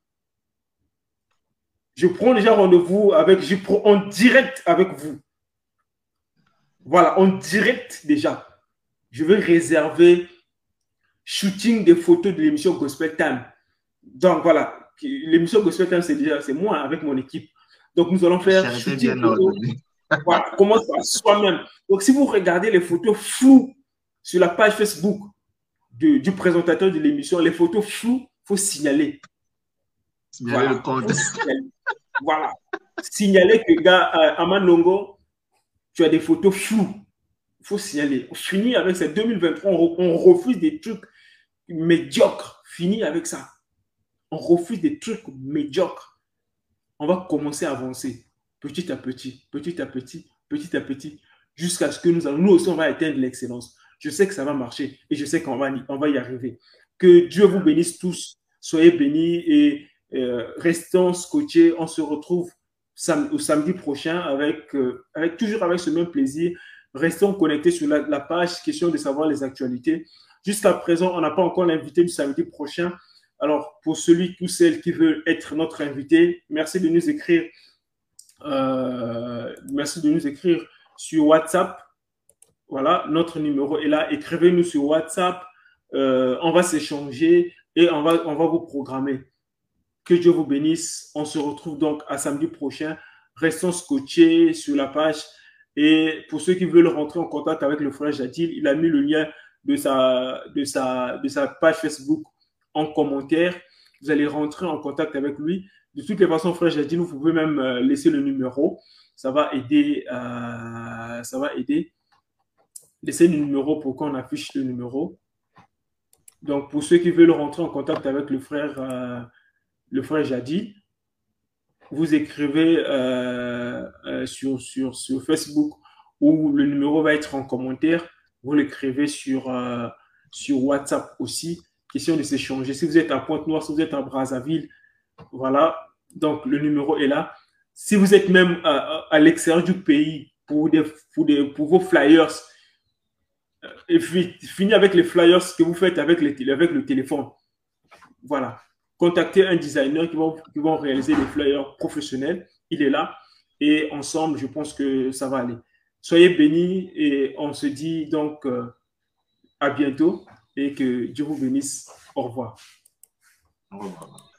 Je prends déjà rendez-vous en direct avec vous. Voilà, en direct déjà. Je vais réserver shooting des photos de l'émission Gospel Time. Donc voilà, l'émission Gospel Time, c'est moi avec mon équipe. Donc nous allons faire shooting photos. Voilà, commence par soi-même. Donc si vous regardez les photos floues sur la page Facebook du présentateur de l'émission, les photos floues, il faut signaler. Signaler le compte. Voilà. Signaler que, gars, Amanongo, tu as des photos floues. Il faut signaler. On finit avec ça. 2023, on refuse des trucs médiocres. Fini avec ça. On refuse des trucs médiocres. On va commencer à avancer petit à petit, petit à petit, petit à petit, jusqu'à ce que nous aussi, on va atteindre l'excellence. Je sais que ça va marcher et je sais qu'on va y arriver. Que Dieu vous bénisse tous. Soyez bénis et restons scotchés. On se retrouve au samedi prochain toujours avec ce même plaisir. Restons connectés sur la page, question de savoir les actualités. Jusqu'à présent, on n'a pas encore l'invité du samedi prochain. Alors, pour celui ou celle qui veut être notre invité, merci de nous écrire. Merci de nous écrire sur WhatsApp. Voilà, notre numéro est là. Écrivez-nous sur WhatsApp on va s'échanger et on va vous programmer. Que Dieu vous bénisse. On se retrouve donc à samedi prochain. Restons scotchés sur la page. Et pour ceux qui veulent rentrer en contact avec le frère Jadil, il a mis le lien de sa page Facebook en commentaire. Vous allez rentrer en contact avec lui. De toutes les façons, frère Jadil, vous pouvez même laisser le numéro. Ça va aider. Laissez le numéro pour qu'on affiche le numéro. Donc, pour ceux qui veulent rentrer en contact avec le frère Jadil, vous écrivez sur Facebook où le numéro va être en commentaire. Vous l'écrivez sur WhatsApp aussi. Question de s'échanger. Si vous êtes à Pointe-Noire, si vous êtes à Brazzaville, voilà. Donc, le numéro est là. Si vous êtes même à l'extérieur du pays pour vos flyers, et fini avec les flyers que vous faites avec le téléphone. Voilà. Contactez un designer qui vont réaliser des flyers professionnels. Il est là. Et ensemble, je pense que ça va aller. Soyez bénis et on se dit donc à bientôt et que Dieu vous bénisse. Au revoir. Au revoir.